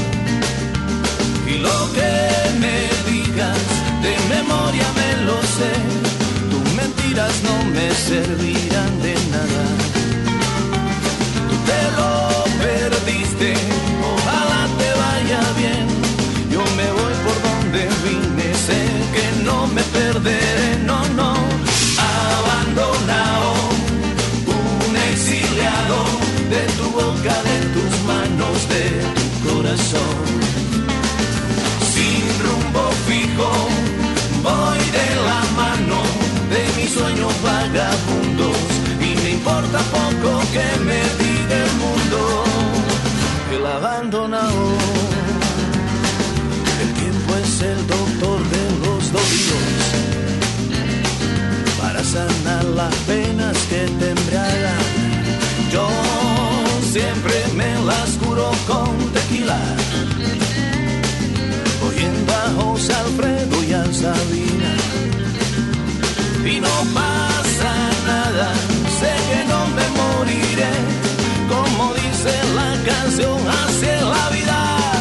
Speaker 10: Y lo que me digas de memoria me lo sé. Tus mentiras no me servirán de nada. Tú te lo perdiste, ojalá te vaya bien. Yo me voy por donde vine, sé que no me perderé, no, no. Abandonado, un exiliado de tu boca, de tus manos, de tu corazón. Sin rumbo fijo, voy de la mano de mis sueños vagabundos. Y me importa poco que me diga el mundo. El abandonado, el tiempo es el doctor de los dolidos. Para sanar las penas que te embriagan, yo siempre me las curo con tequila. Oyendo a José Alfredo y a Sabina. Y no pasa nada, sé que no me moriré. Como dice la canción, así es la vida.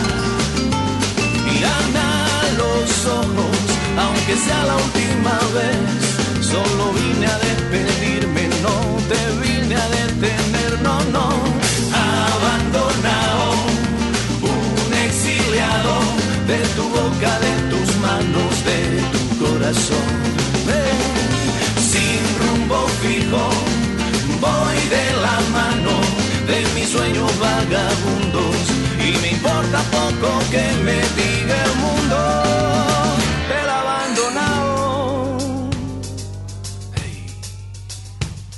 Speaker 10: Y gana los ojos, aunque sea la última vez. Solo vine a despedirme, no te vine a detener, no, no. Abandonado, un exiliado de tu boca, de tus manos, de tu corazón. Ven, sin rumbo fijo, voy de la mano de mis sueños vagabundos. Y me importa poco que me diga el mundo. El abandonado.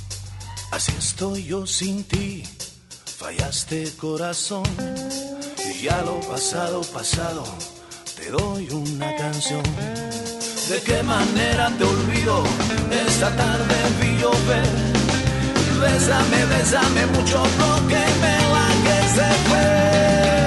Speaker 10: Así estoy yo sin ti, fallaste corazón, y Y a lo pasado, pasado, te doy una canción. ¿De qué manera te olvido? Esta tarde vi llover. Bésame, bésame mucho porque me la que se fue.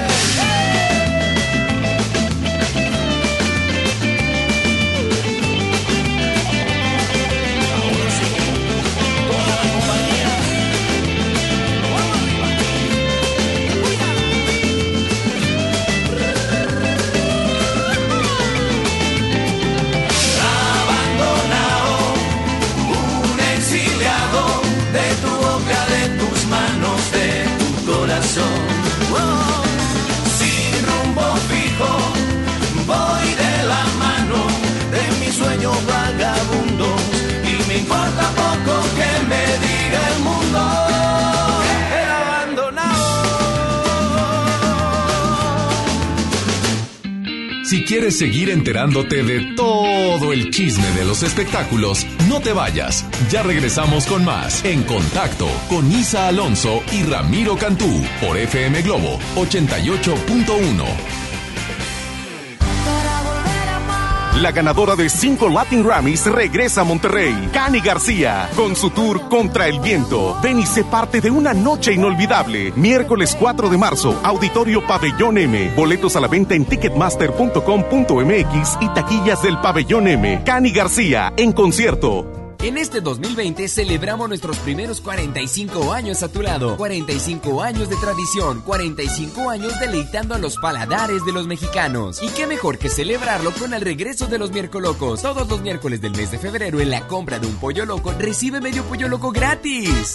Speaker 10: Oh, sin rumbo fijo, voy de la mano de mis sueños vagabundos y me importa poco que me diga el mundo. He abandonado.
Speaker 2: Si quieres seguir enterándote de todo el chisme de los espectáculos, no te vayas. Ya regresamos con más En Contacto con Isa Alonso y Ramiro Cantú por F M Globo ochenta y ocho punto uno.
Speaker 11: La ganadora de cinco Latin Grammys regresa a Monterrey, Cani García, con su tour Contra el Viento. Ven y sé parte de una noche inolvidable. Miércoles cuatro de marzo, Auditorio Pabellón M. Boletos a la venta en ticketmaster punto com punto m x y taquillas del Pabellón M. Cani García, en concierto.
Speaker 12: En este dos mil veinte celebramos nuestros primeros cuarenta y cinco años a tu lado. cuarenta y cinco años de tradición, cuarenta y cinco años deleitando a los paladares de los mexicanos. Y qué mejor que celebrarlo con el regreso de los Miercolocos. Todos los miércoles del mes de febrero, en la compra de un pollo loco, recibe medio pollo loco gratis.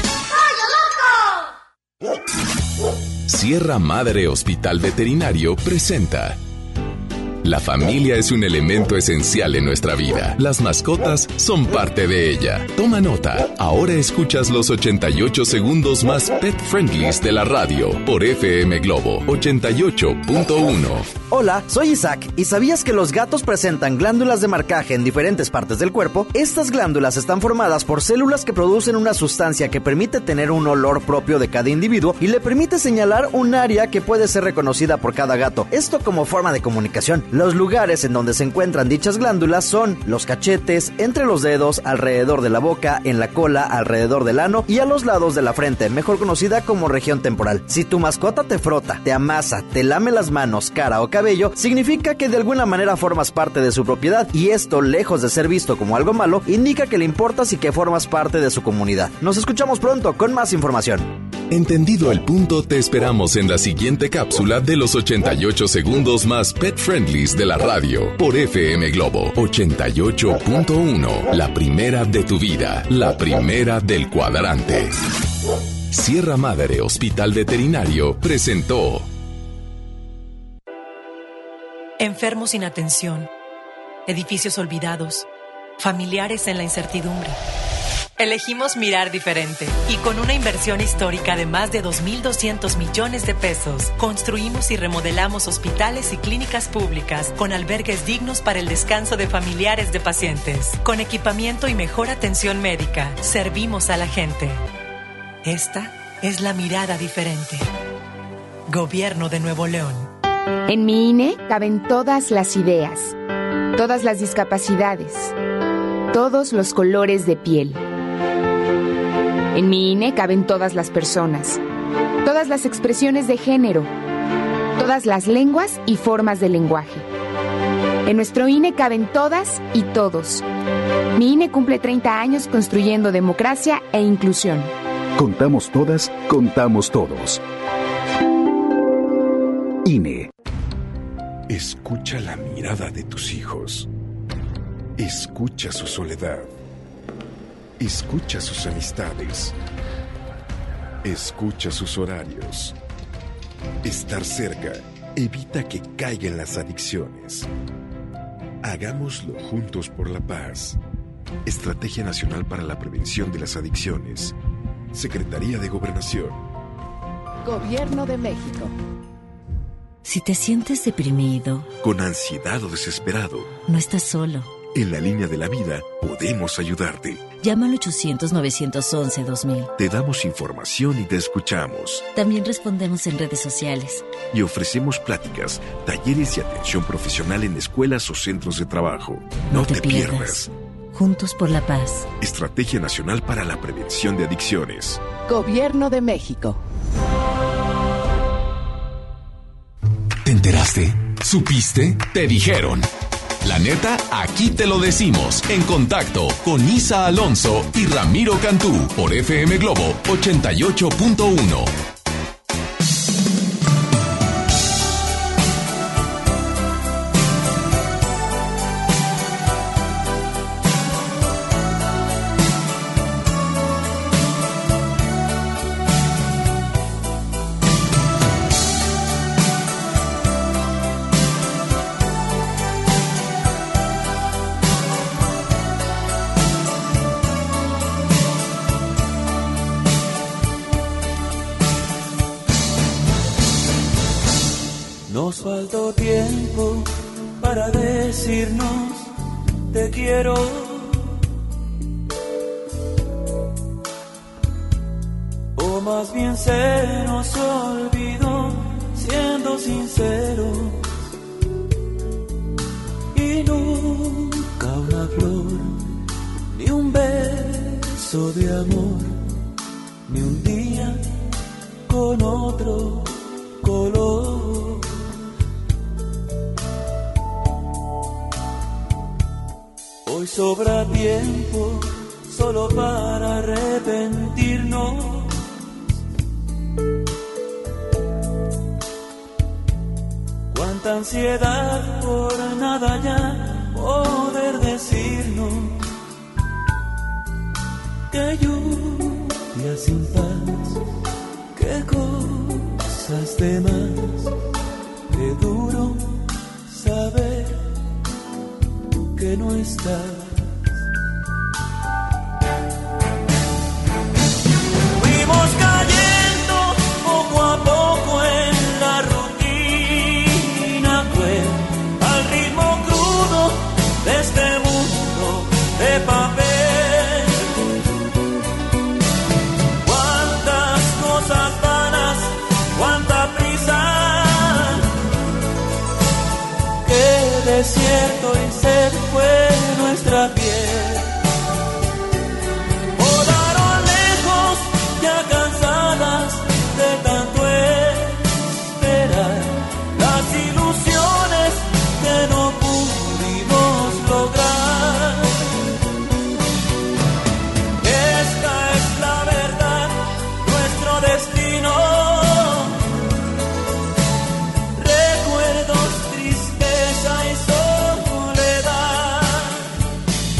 Speaker 2: ¡Pollo loco! Sierra Madre Hospital Veterinario presenta: la familia es un elemento esencial en nuestra vida. Las mascotas son parte de ella. Toma nota. Ahora escuchas los ochenta y ocho segundos más pet friendlies de la radio por F M Globo ochenta y ocho punto uno.
Speaker 13: Hola, soy Isaac. ¿Y sabías que los gatos presentan glándulas de marcaje en diferentes partes del cuerpo? Estas glándulas están formadas por células que producen una sustancia que permite tener un olor propio de cada individuo y le permite señalar un área que puede ser reconocida por cada gato. Esto como forma de comunicación. Los lugares en donde se encuentran dichas glándulas son los cachetes, entre los dedos, alrededor de la boca, en la cola, alrededor del ano y a los lados de la frente, mejor conocida como región temporal. Si tu mascota te frota, te amasa, te lame las manos, cara o cabello, significa que de alguna manera formas parte de su propiedad, y esto, lejos de ser visto como algo malo, indica que le importas y que formas parte de su comunidad. Nos escuchamos pronto con más información.
Speaker 2: Entendido el punto, te esperamos en la siguiente cápsula de los ochenta y ocho segundos más pet friendlies de la radio por F M Globo ochenta y ocho punto uno. La primera de tu vida, la primera del cuadrante. Sierra Madre Hospital Veterinario presentó
Speaker 14: Enfermos sin atención, edificios olvidados, familiares en la incertidumbre. Elegimos mirar diferente y con una inversión histórica de más de dos mil doscientos millones de pesos, construimos y remodelamos hospitales y clínicas públicas con albergues dignos para el descanso de familiares de pacientes. Con equipamiento y mejor atención médica, servimos a la gente. Esta es la mirada diferente. Gobierno de Nuevo León.
Speaker 15: En mi I N E caben todas las ideas, todas las discapacidades, todos los colores de piel. En mi I N E caben todas las personas, todas las expresiones de género, todas las lenguas y formas de lenguaje. En nuestro I N E caben todas y todos. Mi I N E cumple treinta años construyendo democracia e inclusión.
Speaker 16: Contamos todas, contamos todos. I N E.
Speaker 17: Escucha la mirada de tus hijos. Escucha su soledad. Escucha sus amistades. Escucha sus horarios. Estar cerca evita que caigan las adicciones. Hagámoslo juntos por la paz. Estrategia Nacional para la Prevención de las Adicciones. Secretaría de Gobernación.
Speaker 18: Gobierno de México.
Speaker 19: Si te sientes deprimido,
Speaker 17: con ansiedad o desesperado,
Speaker 19: no estás solo.
Speaker 17: En la línea de la vida podemos ayudarte.
Speaker 19: Llama al ochocientos, novecientos once, dos mil.
Speaker 17: Te damos información y te escuchamos.
Speaker 19: También respondemos en redes sociales.
Speaker 17: Y ofrecemos pláticas, talleres y atención profesional en escuelas o centros de trabajo. No, no te, te pierdas. pierdas.
Speaker 19: Juntos por la paz.
Speaker 17: Estrategia Nacional para la Prevención de Adicciones.
Speaker 18: Gobierno de México.
Speaker 2: ¿Te enteraste? ¿Supiste? Te dijeron. La neta, aquí te lo decimos. En contacto con Isa Alonso y Ramiro Cantú por F M Globo ochenta y ocho punto uno.
Speaker 10: Nos faltó tiempo para decirnos te quiero. O más bien se nos olvidó, siendo sinceros. Y nunca una flor, ni un beso de amor, ni un día con otro color. Hoy sobra tiempo solo para arrepentirnos. Cuánta ansiedad por nada ya poder decirnos que lluvia sin paz, qué cosas de más, qué duro saber que no estás. Fuimos cayendo poco a poco en la rutina cruel, al ritmo crudo de este mundo de papel. Cuántas cosas vanas, cuánta prisa, qué desierto y sed fue nuestra piel. Volaron lejos, ya cansadas de tanto esperar, las ilusiones que no pudimos lograr. Esta es la verdad, nuestro destino. Recuerdos, tristeza y soledad.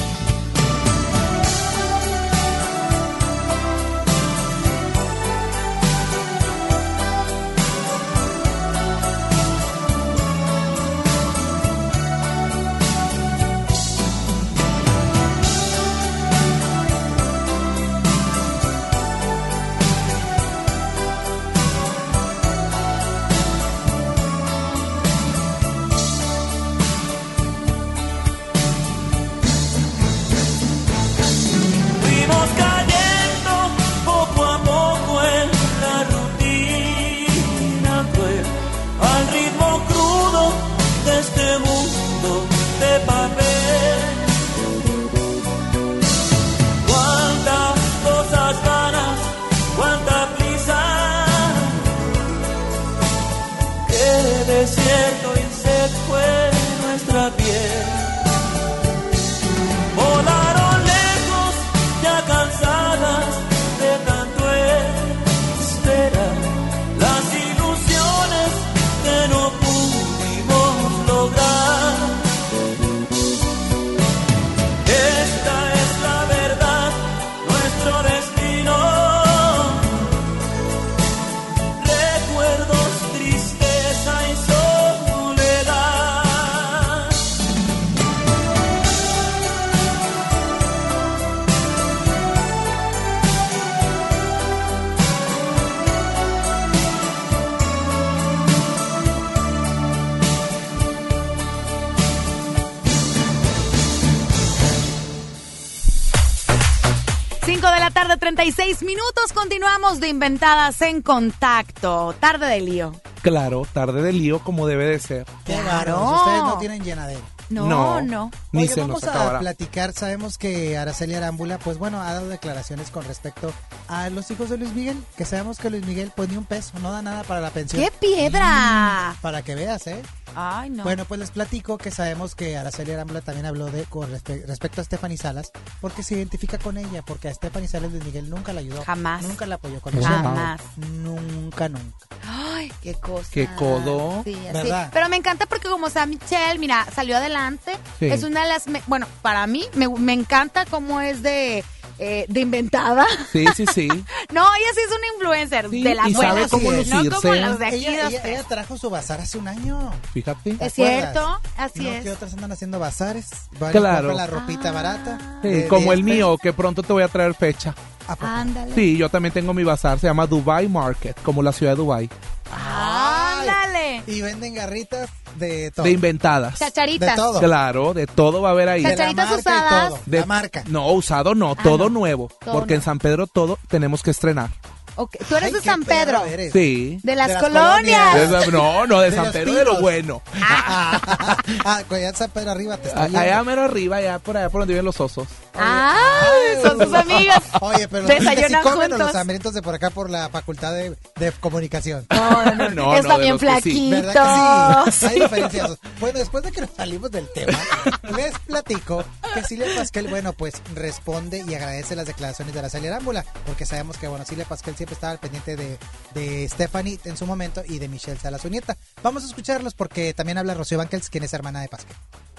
Speaker 3: cinco de la tarde, treinta y seis minutos. Continuamos de Inventadas en Contacto. Tarde de lío.
Speaker 5: Claro, tarde de lío como debe de ser.
Speaker 4: Claro. Ustedes no tienen llenadera.
Speaker 3: No,
Speaker 5: No.
Speaker 3: no.
Speaker 5: Ni
Speaker 4: Oye,
Speaker 5: se
Speaker 4: vamos
Speaker 5: nos
Speaker 4: a
Speaker 5: acabará.
Speaker 4: platicar. Sabemos que Araceli Arámbula, pues bueno, ha dado declaraciones con respecto a los hijos de Luis Miguel, que sabemos que Luis Miguel pues ni un peso, no da nada para la pensión.
Speaker 3: ¡Qué piedra!
Speaker 4: Mm, para que veas, ¿eh?
Speaker 3: Ay, no.
Speaker 4: Bueno, pues les platico que sabemos que Araceli Arámbula también habló de con respe- respecto a Stephanie Salas, porque se identifica con ella, porque a Stephanie Salas Luis Miguel nunca la ayudó.
Speaker 3: Jamás.
Speaker 4: Nunca la apoyó con
Speaker 3: Jamás.
Speaker 4: Nunca, nunca.
Speaker 3: Ay, qué cosa.
Speaker 5: Qué codo.
Speaker 3: Sí, así.
Speaker 4: ¿Verdad?
Speaker 3: Pero me encanta porque como sea Michelle, mira, salió adelante.
Speaker 5: Sí.
Speaker 3: Es una de las, me- bueno, para mí me, me encanta cómo es de, eh, de inventada.
Speaker 5: Sí, sí, sí.
Speaker 3: No, ella sí es una influencer
Speaker 5: Sí,
Speaker 3: de las
Speaker 5: y sabe
Speaker 3: buenas,
Speaker 5: cómo
Speaker 3: no como
Speaker 5: lucirse.
Speaker 3: las de aquí.
Speaker 4: Ella,
Speaker 3: dos,
Speaker 4: ella-
Speaker 3: tres.
Speaker 4: ella trajo su bazar hace un año.
Speaker 5: Fíjate.
Speaker 3: Es
Speaker 4: ¿Te
Speaker 3: cierto,
Speaker 4: acuerdas?
Speaker 3: así
Speaker 4: ¿No?
Speaker 3: es.
Speaker 4: Que otras andan haciendo bazares. Van
Speaker 5: Claro.
Speaker 4: y compran la ropita barata.
Speaker 5: Sí,
Speaker 4: de
Speaker 5: como el
Speaker 4: diez
Speaker 5: mío, que pronto te voy a traer fecha.
Speaker 4: pesos. ¿A poco?
Speaker 3: Ándale.
Speaker 5: Sí, yo también tengo mi bazar, se llama Dubai Market, como la ciudad de Dubai,
Speaker 3: Ándale.
Speaker 4: Y venden garritas de todo.
Speaker 5: de inventadas.
Speaker 3: Chacharitas.
Speaker 4: De todo.
Speaker 5: Claro, de todo va a haber ahí.
Speaker 4: De la
Speaker 3: Chacharitas
Speaker 4: marca y
Speaker 3: usadas.
Speaker 4: todo.
Speaker 5: De-
Speaker 4: La marca.
Speaker 5: No, usado no, todo
Speaker 3: no.
Speaker 5: nuevo,
Speaker 3: Todo
Speaker 5: porque en
Speaker 3: nuevo.
Speaker 5: San Pedro todo tenemos que estrenar.
Speaker 3: Ok, tú eres
Speaker 4: Ay,
Speaker 3: de
Speaker 4: qué
Speaker 3: San Pedro.
Speaker 4: perro eres.
Speaker 5: Sí.
Speaker 3: De las,
Speaker 4: De las
Speaker 3: colonias.
Speaker 4: colonias.
Speaker 5: De- no, no, de,
Speaker 4: De
Speaker 5: San
Speaker 4: los
Speaker 5: Pedro de lo
Speaker 4: pinos.
Speaker 5: bueno.
Speaker 4: Ah, ah, pues ya San Pedro arriba te está
Speaker 5: Allá
Speaker 4: viendo.
Speaker 5: mero arriba, allá por allá por donde viven los osos.
Speaker 3: Ay, son sus amigas.
Speaker 4: Oye, pero los que sí
Speaker 3: Desayunan
Speaker 4: comen o
Speaker 3: juntos.
Speaker 4: los hambrientos de por acá por la facultad de, de comunicación.
Speaker 3: No, no,
Speaker 5: No,
Speaker 3: Está
Speaker 5: no, de
Speaker 3: bien
Speaker 5: los que sí.
Speaker 3: flaquito.
Speaker 4: ¿Verdad que sí? Hay diferencias. Bueno, después de que nos salimos del tema, les platico que Silvia Pasquel, bueno, pues responde y agradece las declaraciones de Araceli Arámbula, porque sabemos que, bueno, Silvia Pasquel siempre estaba al pendiente de, de Stephanie en su momento y de Michelle Salas, su nieta. Vamos a escucharlos porque también habla Rocío Banquels, quien es hermana de Pasquel.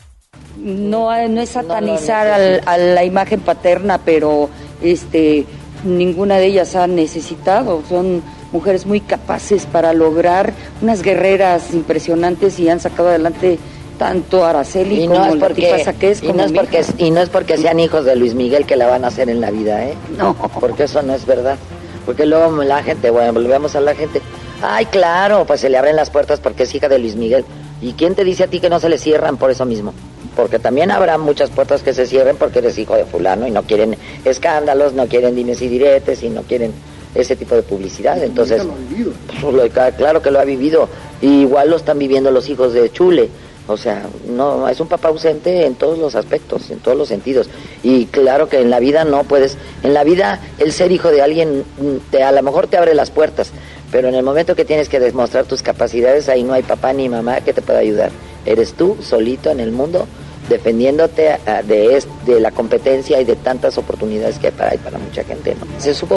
Speaker 20: No, no es satanizar al- a la imagen paterna, pero este ninguna de ellas ha necesitado. Son mujeres muy capaces para lograr unas guerreras impresionantes y han sacado adelante tanto a Araceli
Speaker 21: Y
Speaker 20: como
Speaker 21: no, es
Speaker 20: la
Speaker 21: porque,
Speaker 20: tipaza que es
Speaker 21: y,
Speaker 20: como
Speaker 21: no es
Speaker 20: mi
Speaker 21: porque,
Speaker 20: hija.
Speaker 21: y no es porque sean hijos de Luis Miguel que la van a hacer en la vida, ¿eh?
Speaker 20: No.
Speaker 21: Porque eso no es verdad. Porque luego la gente, bueno, volvemos a la gente. Ay, claro, pues se le abren las puertas porque es hija de Luis Miguel. ¿Y quién te dice a ti que no se le cierran por eso mismo? Porque también habrá muchas puertas que se cierren porque eres hijo de fulano y no quieren escándalos, no quieren dimes y diretes y no quieren ese tipo de publicidad. Entonces, pues, lo- claro que lo ha vivido. Y igual lo están viviendo los hijos de Chule. O sea, no, es un papá ausente en todos los aspectos, en todos los sentidos. Y claro que en la vida no puedes, en la vida el ser hijo de alguien te, a lo mejor te abre las puertas, pero en el momento que tienes que demostrar tus capacidades, ahí no hay papá ni mamá que te pueda ayudar. Eres tú solito en el mundo defendiéndote ah, de, es- de la competencia y de tantas oportunidades que hay para, hay para mucha gente, ¿no? Se supo.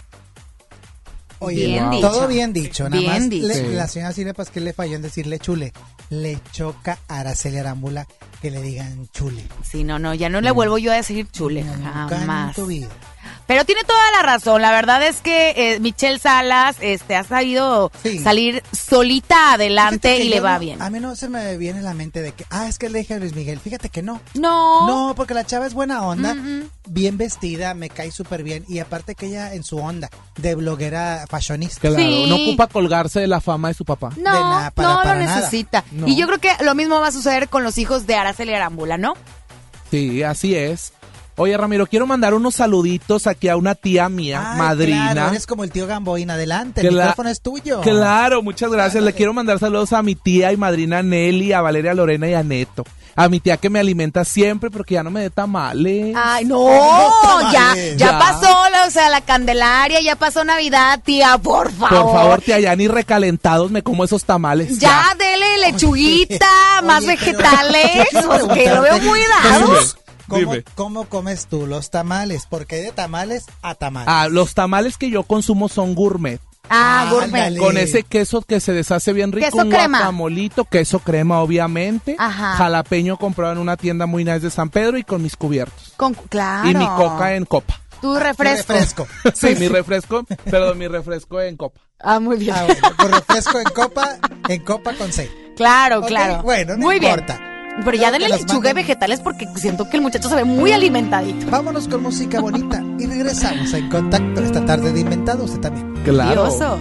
Speaker 4: Oye,
Speaker 3: Bien
Speaker 4: no,
Speaker 3: dicho.
Speaker 4: todo bien dicho, nada
Speaker 3: Bien
Speaker 4: más
Speaker 3: dicho.
Speaker 4: le-
Speaker 5: Sí.
Speaker 4: la señora Silvia Pasquel le falló en decirle chule. Le choca a Araceli Arámbula que le digan chule.
Speaker 3: Sí, no, no, ya no le vuelvo yo a decir chule,
Speaker 4: Nunca
Speaker 3: jamás.
Speaker 4: en tu vida.
Speaker 3: Pero tiene toda la razón. La verdad es que eh, Michelle Salas este, ha sabido
Speaker 4: Sí.
Speaker 3: salir solita adelante
Speaker 4: Fíjate que
Speaker 3: y le
Speaker 4: yo
Speaker 3: va
Speaker 4: no-
Speaker 3: bien.
Speaker 4: A mí no se me viene a la mente de que, ah, es que le dije a Luis Miguel. Fíjate que no.
Speaker 3: No.
Speaker 4: No, porque la chava es buena onda,
Speaker 3: Mm-mm.
Speaker 4: bien vestida, me cae súper bien. Y aparte que ella en su onda de bloguera fashionista.
Speaker 5: Claro,
Speaker 3: Sí.
Speaker 5: no ocupa colgarse de la fama de su papá.
Speaker 3: No,
Speaker 4: de nada, para-
Speaker 3: no
Speaker 4: para
Speaker 3: lo
Speaker 4: nada.
Speaker 3: necesita.
Speaker 5: No.
Speaker 3: Y yo creo que lo mismo va a suceder con los hijos de Araceli Arámbula, ¿no?
Speaker 5: Sí, así es. Oye, Ramiro, quiero mandar unos saluditos aquí a una tía mía,
Speaker 4: Ay,
Speaker 5: madrina.
Speaker 4: claro, eres como el tío Gamboín, adelante, el
Speaker 5: Cla-
Speaker 4: micrófono es tuyo.
Speaker 5: Claro, muchas gracias. Le quiero mandar saludos a mi tía y madrina Nelly, a Valeria Lorena y a Neto. A mi tía que me alimenta siempre porque ya no me dé tamales.
Speaker 3: Ay, no,
Speaker 4: No,
Speaker 3: ya,
Speaker 4: tamales.
Speaker 3: ya
Speaker 5: Ya.
Speaker 3: pasó, la- o sea, la Candelaria, ya pasó Navidad, tía, por favor.
Speaker 5: Por favor, tía, ya ni recalentados me como esos tamales.
Speaker 3: Ya, dele lechuguita,
Speaker 4: Oye,
Speaker 3: más
Speaker 4: pero-
Speaker 3: vegetales,
Speaker 4: Yo quiero
Speaker 3: porque lo veo
Speaker 4: preguntarte,
Speaker 3: muy
Speaker 4: Jesús,
Speaker 3: dado.
Speaker 4: ¿Cómo,
Speaker 5: Dime.
Speaker 4: ¿Cómo comes tú los tamales? Porque hay de tamales a tamales.
Speaker 5: Ah, los tamales que yo consumo son gourmet.
Speaker 3: Ah, gourmet.
Speaker 4: Ándale.
Speaker 5: Con ese queso que se deshace bien rico,
Speaker 3: Queso
Speaker 5: un
Speaker 3: crema.
Speaker 5: guacamolito, queso crema obviamente,
Speaker 3: Ajá.
Speaker 5: jalapeño comprado en una tienda muy nice de San Pedro y con mis cubiertos.
Speaker 3: Con, claro.
Speaker 5: Y mi coca en copa.
Speaker 3: Tu refresco.
Speaker 4: Refresco.
Speaker 5: Sí, mi refresco, perdón, mi refresco en copa.
Speaker 3: Ah, muy bien.
Speaker 4: Ah, bueno, tu refresco en copa, en copa con C.
Speaker 3: Claro,
Speaker 4: Ok,
Speaker 3: claro.
Speaker 4: bueno, no
Speaker 3: muy
Speaker 4: importa.
Speaker 3: bien. Pero ya
Speaker 4: Claro
Speaker 3: denle
Speaker 4: que los
Speaker 3: lechuga y
Speaker 4: manden.
Speaker 3: vegetales porque siento que el muchacho se ve muy alimentadito.
Speaker 4: Vámonos con música bonita y regresamos en contacto esta tarde de Inventado. Usted también.
Speaker 5: Claro.
Speaker 3: Diosos.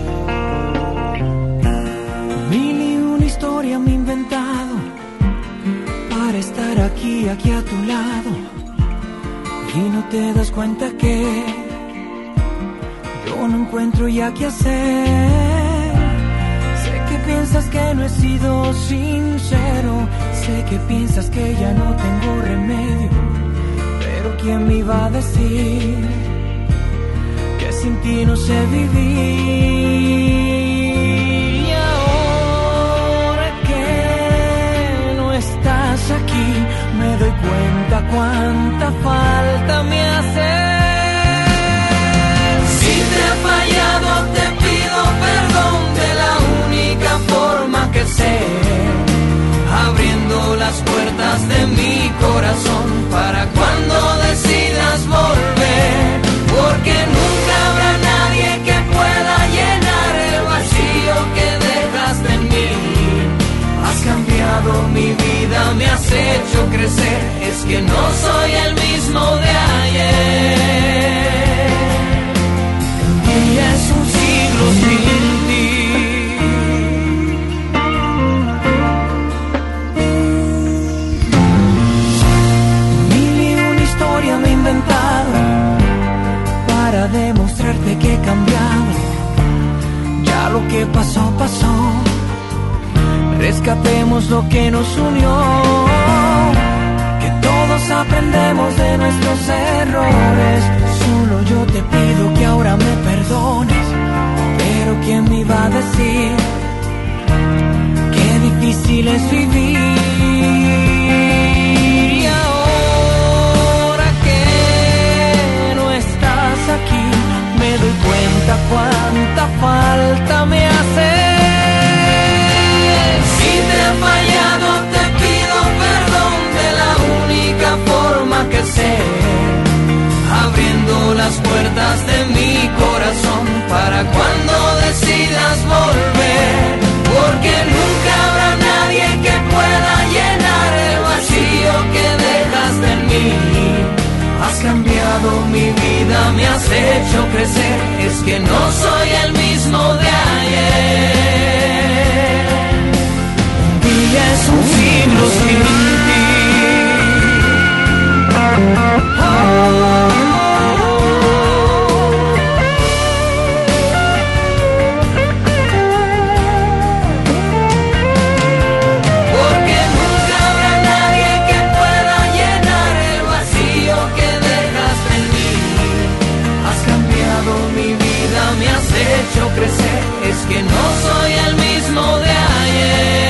Speaker 10: Mil y una historia me he inventado
Speaker 7: te das cuenta que yo no encuentro ya qué hacer. Sé que piensas que no he sido sincero, sé que piensas que ya no tengo remedio, pero ¿quién me iba a decir que sin ti no sé vivir? Y ahora que no estás aquí, me doy cuenta cuánta falta me hace. Si te he fallado, te pido perdón de la única forma que sé, abriendo las puertas de mi corazón para cuando decidas volver, porque nunca habrá nadie que pueda llenar el vacío que dejaste en mí. Has cambiado mi vida, me has hecho crecer, es que no soy el mismo de ayer. Y es un siglo sin ti. Mil y una historia me he inventado para demostrarte que he cambiado. Ya lo que pasó, pasó. Rescatemos lo que nos unió, que todos aprendemos de nuestros errores. Solo yo te pido que ahora me perdones, pero ¿quién me iba a decir qué difícil es vivir? Y ahora que no estás aquí, me doy cuenta cuánta falta me hace. Si te he fallado, te pido perdón de la única forma que sé, abriendo las puertas de mi corazón para cuando decidas volver, porque nunca habrá nadie que pueda llenar el vacío que dejaste en mí. Has cambiado mi vida, me has hecho crecer, es que no soy el mismo de ayer. Y es un siglo sin ti. Oh, porque nunca habrá nadie que pueda llenar el vacío que dejaste en mí. Has cambiado mi vida, me has hecho crecer, es que no soy el mismo de ayer.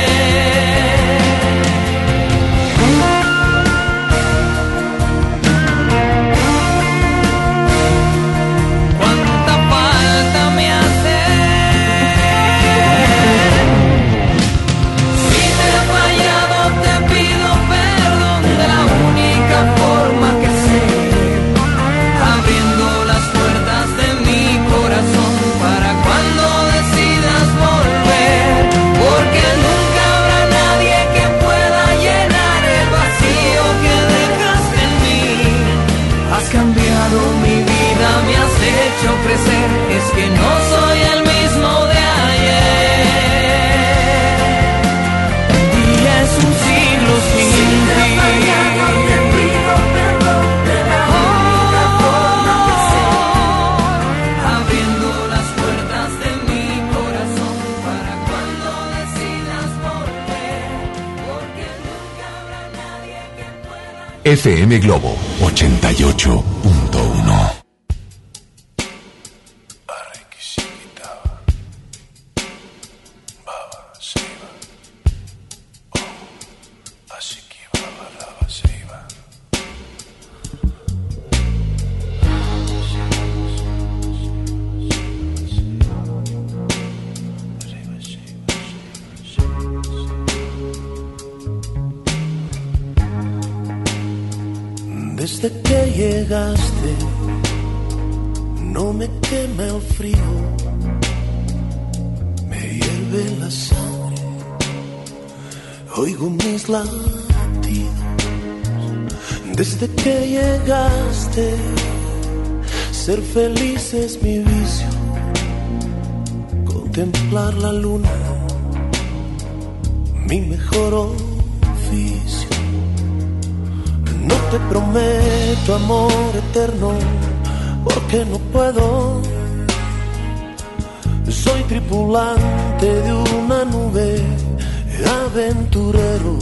Speaker 7: Crecer, es que no soy el mismo de ayer. Y es un siglo sin si ti. Te he fallado, te pido perdón de la única forma que sé, abriendo las puertas de mi corazón para cuando decidas volver, porque nunca habrá nadie que pueda.
Speaker 2: F M Globo ochenta y ocho punto uno.
Speaker 10: Desde que llegaste, no me quema el frío, me hierve la sangre, oigo mis latidos. Desde que llegaste, ser feliz es mi vicio, contemplar la luna, mi mejor oficio. No te prometo amor eterno, porque no puedo. Soy tripulante de una nube, aventurero,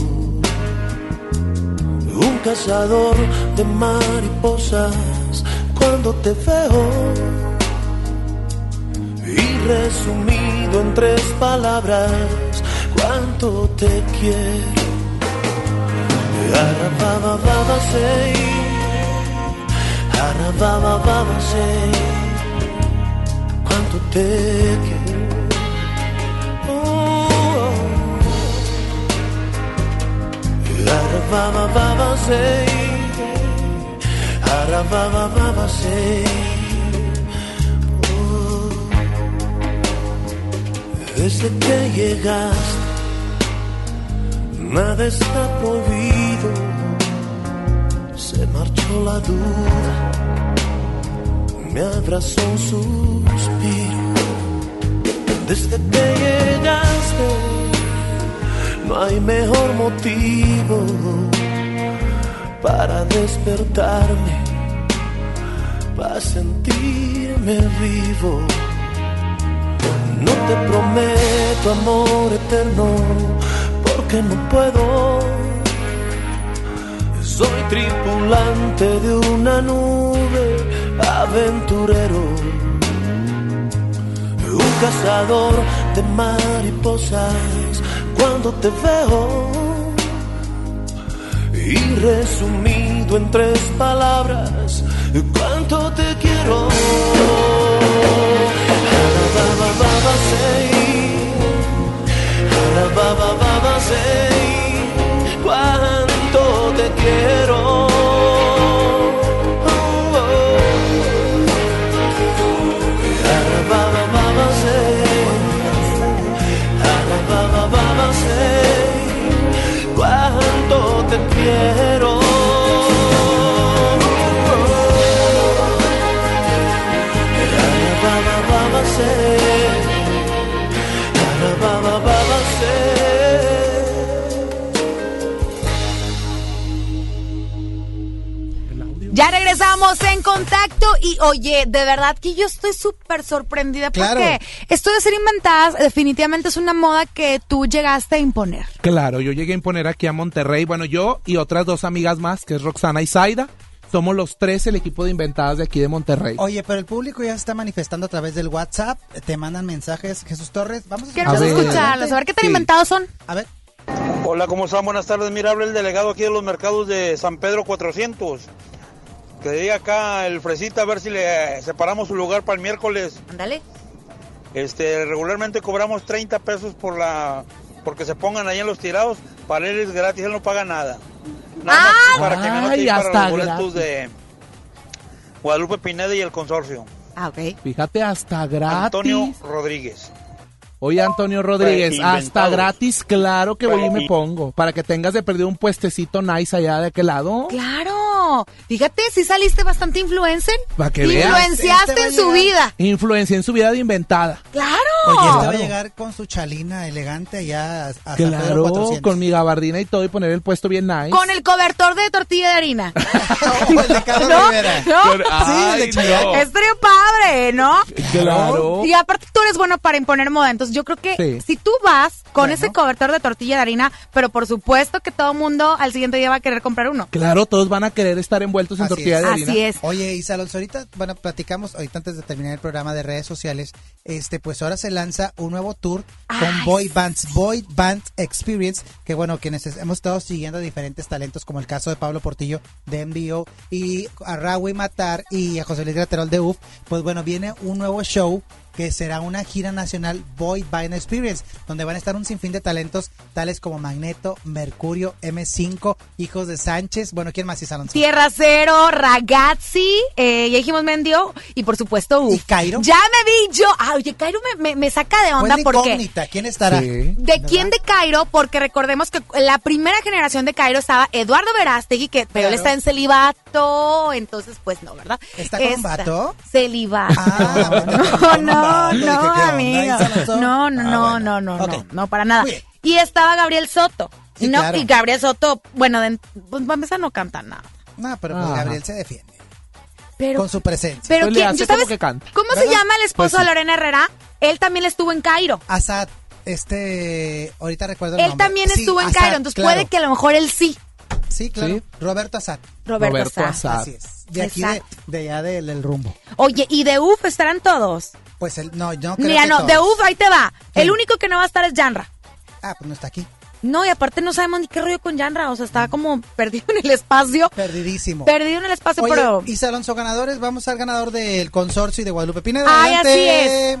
Speaker 10: un cazador de mariposas. Cuando te veo, y resumido en tres palabras, cuánto te quiero. Arababa say, arababa say, cuánto te quiero. Oh, arababa say, arababa say. Oh, desde que llegaste nada está prohibido, se marchó la duda, me abrazó un suspiro. Desde que llegaste, no hay mejor motivo para despertarme, para sentirme vivo. No te prometo amor eterno, porque no puedo. Soy tripulante de una nube, aventurero, un cazador de mariposas. Cuando te veo, y resumido en tres palabras, cuánto te quiero. Baba, baba, say, cuánto te quiero. Oh, oh. Baba, baba, say, baba, baba, say, cuánto te quiero. Baba, baba, say, baba, baba, say.
Speaker 3: Ya regresamos en Contacto y oye, de verdad que yo estoy súper sorprendida porque
Speaker 5: Claro.
Speaker 3: esto de ser inventadas definitivamente es una moda que tú llegaste a imponer.
Speaker 5: Claro, yo llegué a imponer aquí a Monterrey, bueno, yo y otras dos amigas más, que es Roxana y Zaida, somos los tres el equipo de inventadas de aquí de Monterrey.
Speaker 4: Oye, pero el público ya se está manifestando a través del WhatsApp, te mandan mensajes. Jesús Torres, vamos a
Speaker 3: Queremos escucharlos, a ver qué tan inventados son.
Speaker 4: A ver.
Speaker 1: Hola, ¿cómo están? Buenas tardes. Mira, habla el delegado aquí de los mercados de San Pedro cuatrocientos. Que diga acá el Fresita, a ver si le separamos su lugar para el miércoles.
Speaker 3: Ándale.
Speaker 1: Este, regularmente cobramos treinta pesos por la porque se pongan ahí en los tirados. Para él es gratis, él no paga nada. Nada más
Speaker 3: ¡Ah!
Speaker 1: para que me note
Speaker 5: Ay,
Speaker 1: para
Speaker 5: hasta
Speaker 1: los boletos
Speaker 5: gratis.
Speaker 1: de Guadalupe Pineda y el consorcio.
Speaker 3: Ah, ok.
Speaker 5: Fíjate, hasta gratis.
Speaker 1: Antonio Rodríguez.
Speaker 5: Oye, Antonio Rodríguez,
Speaker 1: Pues,
Speaker 5: hasta
Speaker 1: inventados.
Speaker 5: gratis, claro que voy y
Speaker 1: Pues,
Speaker 5: me
Speaker 1: y-
Speaker 5: pongo. Para que tengas de perder un puestecito nice allá de aquel lado.
Speaker 3: Claro. Fíjate, sí saliste bastante influencer.
Speaker 5: Para que veas.
Speaker 3: Influenciaste
Speaker 4: Este va a
Speaker 3: en su
Speaker 4: llegar.
Speaker 3: vida.
Speaker 5: Influencia en su vida de inventada.
Speaker 3: Claro.
Speaker 4: Oye, este va a
Speaker 5: Claro.
Speaker 4: llegar con su chalina elegante allá a, a San Pedro
Speaker 5: Claro,
Speaker 4: cuatrocientos.
Speaker 5: con mi gabardina y todo y poner el puesto bien nice.
Speaker 3: Con el cobertor de tortilla de harina.
Speaker 4: Oh, el de Carlos
Speaker 3: ¿No?
Speaker 4: Rivera.
Speaker 3: ¿No?
Speaker 5: Con- Ay,
Speaker 4: de Chayanne.
Speaker 5: no.
Speaker 3: Estaría padre, ¿no?
Speaker 5: Claro.
Speaker 3: Y aparte tú eres bueno para imponer moda, entonces yo creo que
Speaker 5: Sí.
Speaker 3: si tú vas con
Speaker 4: Bueno.
Speaker 3: ese cobertor de tortilla de harina, pero por supuesto que todo mundo al siguiente día va a querer comprar uno.
Speaker 5: Claro, todos van a querer estar envueltos en
Speaker 4: Así
Speaker 5: tortilla
Speaker 4: es.
Speaker 5: de harina.
Speaker 3: Así es.
Speaker 4: Oye, Isa Alonso, ahorita, bueno, platicamos, ahorita antes de terminar el programa de redes sociales, este, pues ahora se lanza un nuevo tour con
Speaker 3: Ay,
Speaker 4: Boy Bands, Boy Band Experience, que bueno, quienes es- hemos estado siguiendo a diferentes talentos, como el caso de Pablo Portillo de M B O y a Raúl Matar y a José Luis Graterol de U F, pues bueno, viene un nuevo show que será una gira nacional Boy Band Experience, donde van a estar un sinfín de talentos tales como Magneto, Mercurio, M cinco, Hijos de Sánchez, bueno, ¿quién más, Isa Alonso?
Speaker 3: Tierra Cero, Ragazzi, eh, ya dijimos Mendio, y por supuesto Uf.
Speaker 4: ¿Y Cairo?
Speaker 3: Ya me vi yo. Ah, oye, Cairo me, me, me saca de onda
Speaker 4: Pues la
Speaker 3: porque...
Speaker 4: incógnita, ¿quién estará?
Speaker 5: Sí.
Speaker 3: ¿De quién de Cairo? Porque recordemos que la primera generación de Cairo estaba Eduardo Verástegui, que pero él
Speaker 4: Claro.
Speaker 3: está en celibato, entonces pues no, ¿verdad?
Speaker 4: ¿Está con un vato?
Speaker 3: Celibato.
Speaker 4: Ah, bueno,
Speaker 3: no,
Speaker 4: con un
Speaker 3: no,
Speaker 4: vato, dije, ¿qué
Speaker 3: no,
Speaker 4: onda,
Speaker 3: amigo.
Speaker 4: Isa Alonso?
Speaker 3: No, no,
Speaker 4: Ah,
Speaker 3: no,
Speaker 4: bueno.
Speaker 3: no, no,
Speaker 4: Ok.
Speaker 3: no, no, para nada.
Speaker 4: Muy bien.
Speaker 3: Y estaba Gabriel Soto.
Speaker 4: Sí,
Speaker 3: ¿no?
Speaker 4: claro.
Speaker 3: Y Gabriel Soto, bueno, de, pues para empezar no canta nada.
Speaker 4: No, pero pues
Speaker 5: Ajá.
Speaker 4: Gabriel se defiende.
Speaker 3: Pero,
Speaker 4: con su presencia.
Speaker 3: Pero
Speaker 5: Pues le
Speaker 3: ¿quién?
Speaker 5: hace
Speaker 3: ¿Yo
Speaker 5: como
Speaker 3: sabes
Speaker 5: que canta.
Speaker 3: ¿Cómo se
Speaker 4: ¿Verdad?
Speaker 3: llama el esposo
Speaker 5: Pues sí.
Speaker 3: de Lorena Herrera? Él también estuvo en Cairo.
Speaker 4: Asad, este, ahorita recuerdo el
Speaker 3: Él
Speaker 4: nombre.
Speaker 3: también
Speaker 4: Sí,
Speaker 3: estuvo en
Speaker 4: Asad,
Speaker 3: Cairo, entonces
Speaker 4: claro.
Speaker 3: puede que a lo mejor él sí.
Speaker 4: Sí, claro.
Speaker 5: Sí.
Speaker 4: Roberto Asad.
Speaker 3: Roberto,
Speaker 5: Roberto
Speaker 3: Asad.
Speaker 5: Asad.
Speaker 4: Así es. De aquí, de,
Speaker 3: Exacto.
Speaker 4: de allá del, del rumbo.
Speaker 3: Oye, ¿y de U F estarán todos?
Speaker 4: Pues el, no, yo creo
Speaker 3: Mira,
Speaker 4: que
Speaker 3: no,
Speaker 4: todos.
Speaker 3: de U F ahí te va.
Speaker 4: ¿Quién?
Speaker 3: El único que no va a estar es Janra.
Speaker 4: Ah, pues no está aquí.
Speaker 3: No, y aparte no sabemos ni qué rollo con Janra, o sea, está como perdido en el espacio.
Speaker 4: Perdidísimo.
Speaker 3: Perdido en el espacio,
Speaker 4: Oye,
Speaker 3: pero...
Speaker 4: Isa Alonso, ganadores, vamos al ganador del consorcio y de Guadalupe Pineda.
Speaker 3: Ay,
Speaker 4: Adelante.
Speaker 3: así es.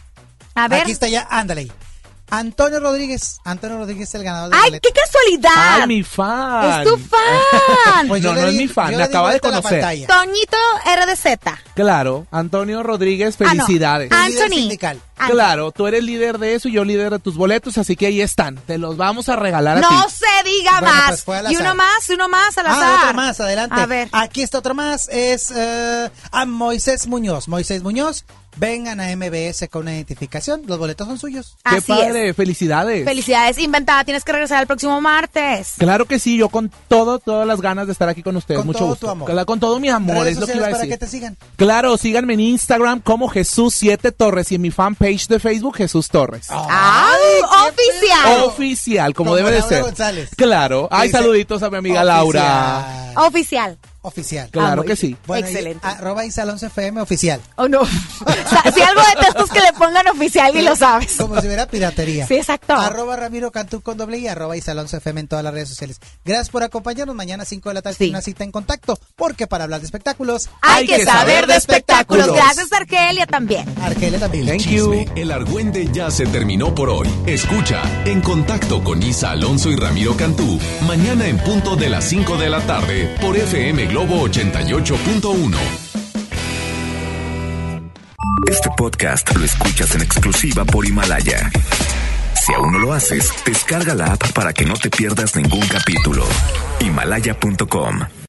Speaker 3: A ver.
Speaker 4: Aquí está ya, ándale. Antonio Rodríguez. Antonio Rodríguez es el ganador de
Speaker 3: ¡Ay,
Speaker 4: boleto.
Speaker 3: qué casualidad!
Speaker 5: ¡Ay, mi fan!
Speaker 3: ¡Es tu fan!
Speaker 4: Pues yo
Speaker 5: no,
Speaker 4: le
Speaker 5: no es
Speaker 4: di-
Speaker 5: mi fan,
Speaker 4: yo
Speaker 5: me
Speaker 4: le di
Speaker 5: acaba de
Speaker 4: vuelta a la
Speaker 5: conocer.
Speaker 4: pantalla.
Speaker 3: Toñito R D Z.
Speaker 5: Claro, Antonio Rodríguez,
Speaker 3: Ah, no.
Speaker 5: felicidades.
Speaker 3: Ah,
Speaker 4: Líder
Speaker 3: Anthony.
Speaker 4: sindical.
Speaker 3: Anthony.
Speaker 5: Claro, tú eres líder de eso y yo líder de tus boletos, así que ahí están. Te los vamos a regalar a ti.
Speaker 3: No se diga
Speaker 4: Bueno,
Speaker 3: más.
Speaker 4: pues fue al
Speaker 3: y
Speaker 4: azar.
Speaker 3: uno más, uno más al
Speaker 4: Ah,
Speaker 3: azar.
Speaker 4: otro más, adelante.
Speaker 3: A ver.
Speaker 4: Aquí está otro más, es eh, a Moisés Muñoz. Moisés Muñoz, vengan a M B S con una identificación, los boletos son suyos.
Speaker 5: Qué
Speaker 3: Así
Speaker 5: padre, felicidades.
Speaker 3: es. Felicidades, Inventada. Tienes que regresar el próximo martes.
Speaker 5: Claro que sí, yo con todo, todas las ganas de estar aquí con ustedes.
Speaker 4: Con
Speaker 5: Mucho
Speaker 4: todo
Speaker 5: gusto.
Speaker 4: tu amor.
Speaker 5: Claro, con todo mi amor,
Speaker 4: Redes
Speaker 5: es lo que
Speaker 4: sociales
Speaker 5: iba a
Speaker 4: para
Speaker 5: decir.
Speaker 4: que te sigan.
Speaker 5: Claro, síganme en Instagram como Jesús siete Torres y en mi fanpage de Facebook Jesús Torres.
Speaker 3: ¡Ah! ¡Oficial!
Speaker 5: Oficial, como,
Speaker 4: Como
Speaker 5: debe de
Speaker 4: Laura
Speaker 5: ser.
Speaker 4: González.
Speaker 5: Claro. Ay,
Speaker 4: Dice,
Speaker 5: saluditos a mi amiga Laura.
Speaker 3: Oficial.
Speaker 4: Oficial.
Speaker 5: Claro
Speaker 3: Ah,
Speaker 5: que sí.
Speaker 4: Bueno, y
Speaker 3: Excelente.
Speaker 4: arroba Isa Alonso F M oficial.
Speaker 3: Oh, no. O sea, si algo detesto es que le pongan oficial y lo sabes.
Speaker 4: Como si hubiera piratería.
Speaker 3: Sí, exacto.
Speaker 4: Arroba Ramiro Cantú con doble I, arroba Isa Alonso F M en todas las redes sociales. Gracias por acompañarnos. Mañana cinco de la tarde
Speaker 3: Sí.
Speaker 4: una cita en contacto, porque para hablar de espectáculos,
Speaker 3: Hay que saber de espectáculos. Gracias, Argelia, también.
Speaker 4: Argelia también.
Speaker 2: El chisme, el argüende ya se terminó por hoy. Escucha En Contacto con Isa Alonso y Ramiro Cantú mañana en punto de las cinco de la tarde por F M Globo ochenta y ocho punto uno.
Speaker 16: Este podcast lo escuchas en exclusiva por Himalaya. Si aún no lo haces, descarga la app para que no te pierdas ningún capítulo. Himalaya punto com